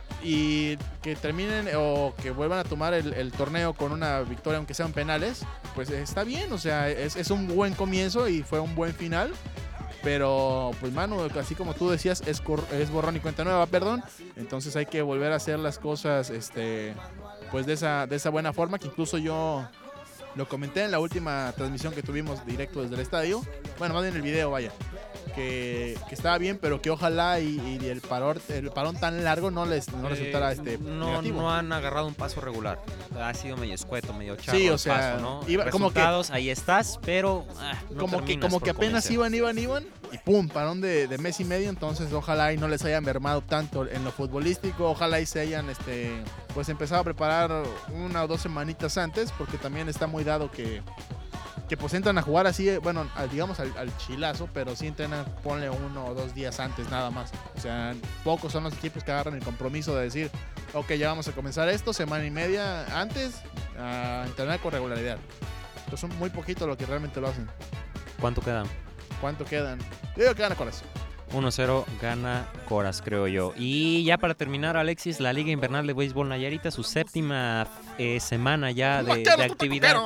Y que terminen o que vuelvan a tomar el, el torneo con una victoria, aunque sean penales, pues está bien. O sea, es, es un buen comienzo y fue un buen final. Pero, pues, mano, así como tú decías, es, cor- es borrón y cuenta nueva, perdón. Entonces hay que volver a hacer las cosas, este, pues, de esa, de esa buena forma, que incluso yo lo comenté en la última transmisión que tuvimos directo desde el estadio. Bueno, más bien el video, vaya. Que, que estaba bien, pero que ojalá y, y el, parón, el parón tan largo no les no resultara Eh, este, no, negativo. no han agarrado un paso regular. Ha sido medio escueto, medio charro Sí, o el sea, paso, ¿no? iba- como que- Resultados, ahí estás, pero ah, no como que, terminas como por que apenas convencer. iban, iban, iban y pum, parón de, de mes y medio. Entonces ojalá y no les haya mermado tanto en lo futbolístico. Ojalá y se hayan este, pues empezado a preparar una o dos semanitas antes, porque también está muy dado que, que pues entran a jugar así, eh, bueno, al- digamos al, al chilazo, pero sí entrenan, ponle uno o dos días antes nada más. O sea, pocos son los equipos que agarran el compromiso de decir, ok, ya vamos a comenzar esto, semana y media antes, a entrenar con regularidad. Pues son muy poquitos los que realmente lo hacen. ¿Cuánto quedan? ¿Cuánto quedan? Yo digo que gana Corazón. uno cero gana Coras, creo yo. Y ya para terminar, Alexis, la Liga Invernal de Béisbol Nayarita, su séptima eh, semana ya de, de actividad.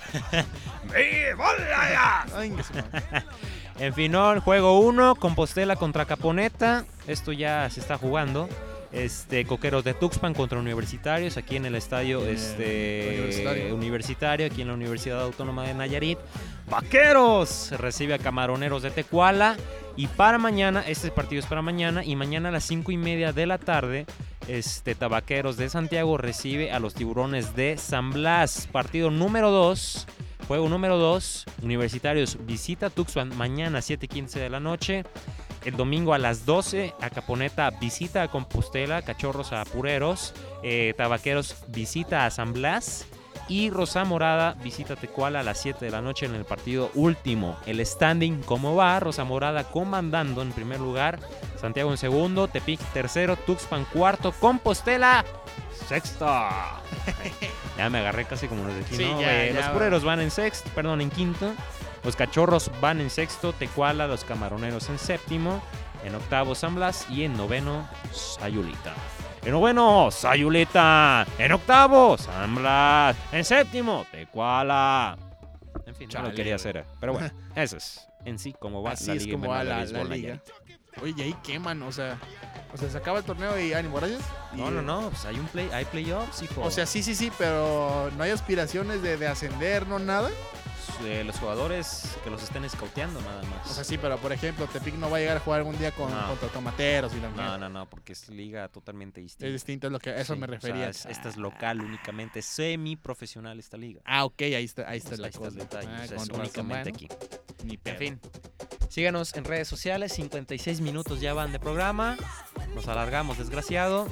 Ay, que se me- En fin, ¿no? El juego uno, Compostela contra Caponeta. Esto ya se está jugando. Este, Coqueros de Tuxpan contra Universitarios aquí en el estadio En el este, Universitario. universitario, aquí en la Universidad Autónoma de Nayarit. Vaqueros recibe a Camaroneros de Tecuala. Y para mañana, este partido es para mañana, y mañana a las cinco y media de la tarde, este, Tabaqueros de Santiago recibe a los Tiburones de San Blas. Partido número dos, juego número dos, Universitarios visita Tuxpan mañana siete y quince de la noche. El domingo a las doce, Acaponeta visita a Compostela, Cachorros a Pureros, eh, Tabaqueros visita a San Blas y Rosa Morada visita Tecuala a las siete de la noche en el partido último. El standing, ¿cómo va? Rosa Morada comandando en primer lugar, Santiago en segundo, Tepic tercero, Tuxpan cuarto, Compostela sexto. Ya me agarré casi como los de aquí, Sí, ¿no? ya, Eh, ya los va. Pureros van en sexto, perdón, en quinto. Los Cachorros van en sexto, Tecuala, los Camaroneros en séptimo, en octavo San Blas y en noveno Sayulita. En noveno Sayulita, en octavo San Blas, en séptimo Tecuala. En fin, no Chale, lo quería güey. hacer, pero bueno, eso es en sí como va Así la es liga como invernal va de la, béisbol la liga. Nayarit. Oye, y ahí queman, o sea, o sea, se acaba el torneo y ánimo, gracias. Y, No, no, no, pues hay un play, hay playoffs, hijo. O sea, sí, sí, sí, pero no hay aspiraciones de, de ascender, no nada. Eh, los jugadores que los estén escauteando nada más. O sea, sí, pero por ejemplo, Tepic no va a llegar a jugar algún día con, No. contra Tomateros y la no, mierda. no, no, porque es liga totalmente distinta. Es distinto, es lo que a eso Sí, me o sea, refería. es- esta es local únicamente, semi-profesional esta liga. Ah, ok, ahí está, ahí está Pues la ahí está cosa. el detalle, Ah, o sea, con es razón, únicamente bueno, aquí. Ni En pedo. fin, síganos en redes sociales, cincuenta y seis minutos ya van de programa, nos alargamos, desgraciado.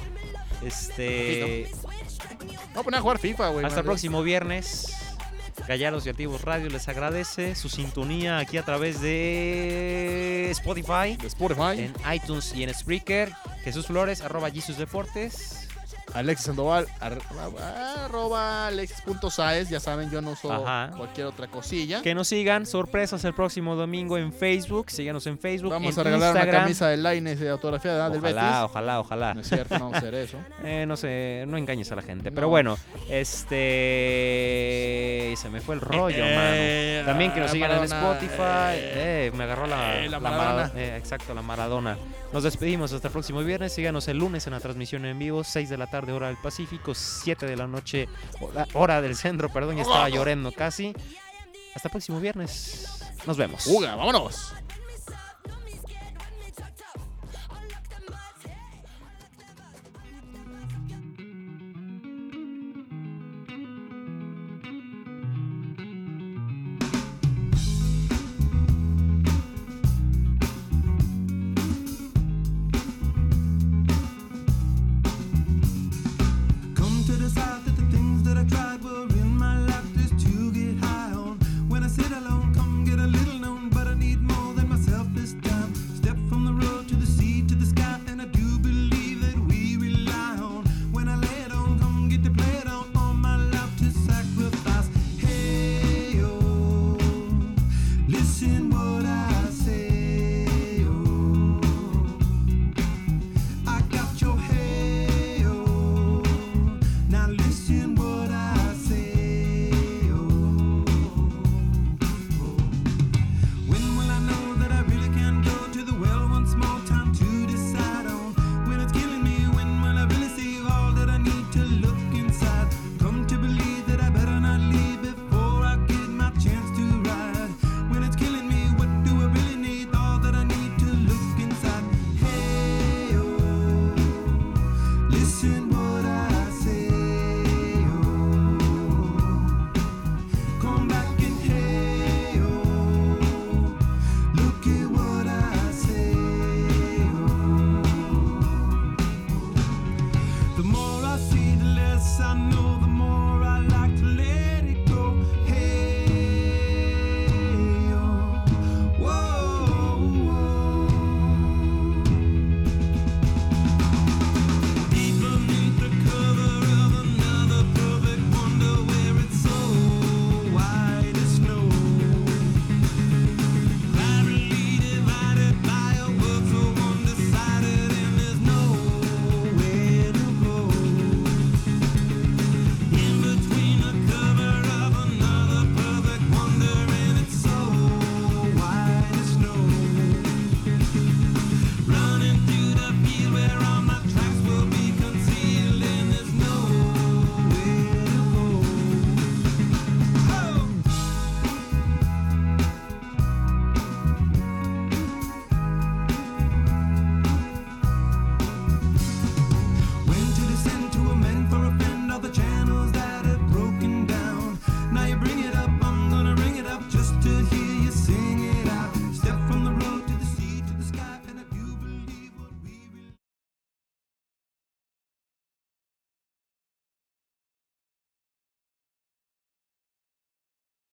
Este, Vamos a poner a jugar FIFA, güey. hasta el madre. próximo viernes. Gallardos y Activos Radio les agradece su sintonía aquí a través de Spotify, De Spotify. en iTunes y en Spreaker. Jesús Flores, arroba Jesus Deportes. Alexis Sandoval, ar- arroba alexis.saez. Ya saben, yo no uso Ajá. cualquier otra cosilla. Que nos sigan, sorpresas el próximo domingo en Facebook. Síganos en Facebook, Vamos en a regalar Instagram. una camisa de Lainez de autografía del Ojalá, Betis. ojalá, ojalá. No es cierto, no vamos a hacer eso. Eh, no sé, no engañes a la gente. No. Pero bueno, este. Se me fue el rollo, Eh, mano. También que nos ah, sigan en Maradona, Spotify. eh, Eh, me agarró la, eh, la la Maradona. Mara- eh, exacto, la Maradona. Nos despedimos hasta el próximo viernes. Síganos el lunes en la transmisión en vivo, seis de la tarde, hora del Pacífico, siete de la noche, hora, hora del centro. Perdón, ya estaba llorando casi. Hasta el próximo viernes. Nos vemos. Uga, vámonos.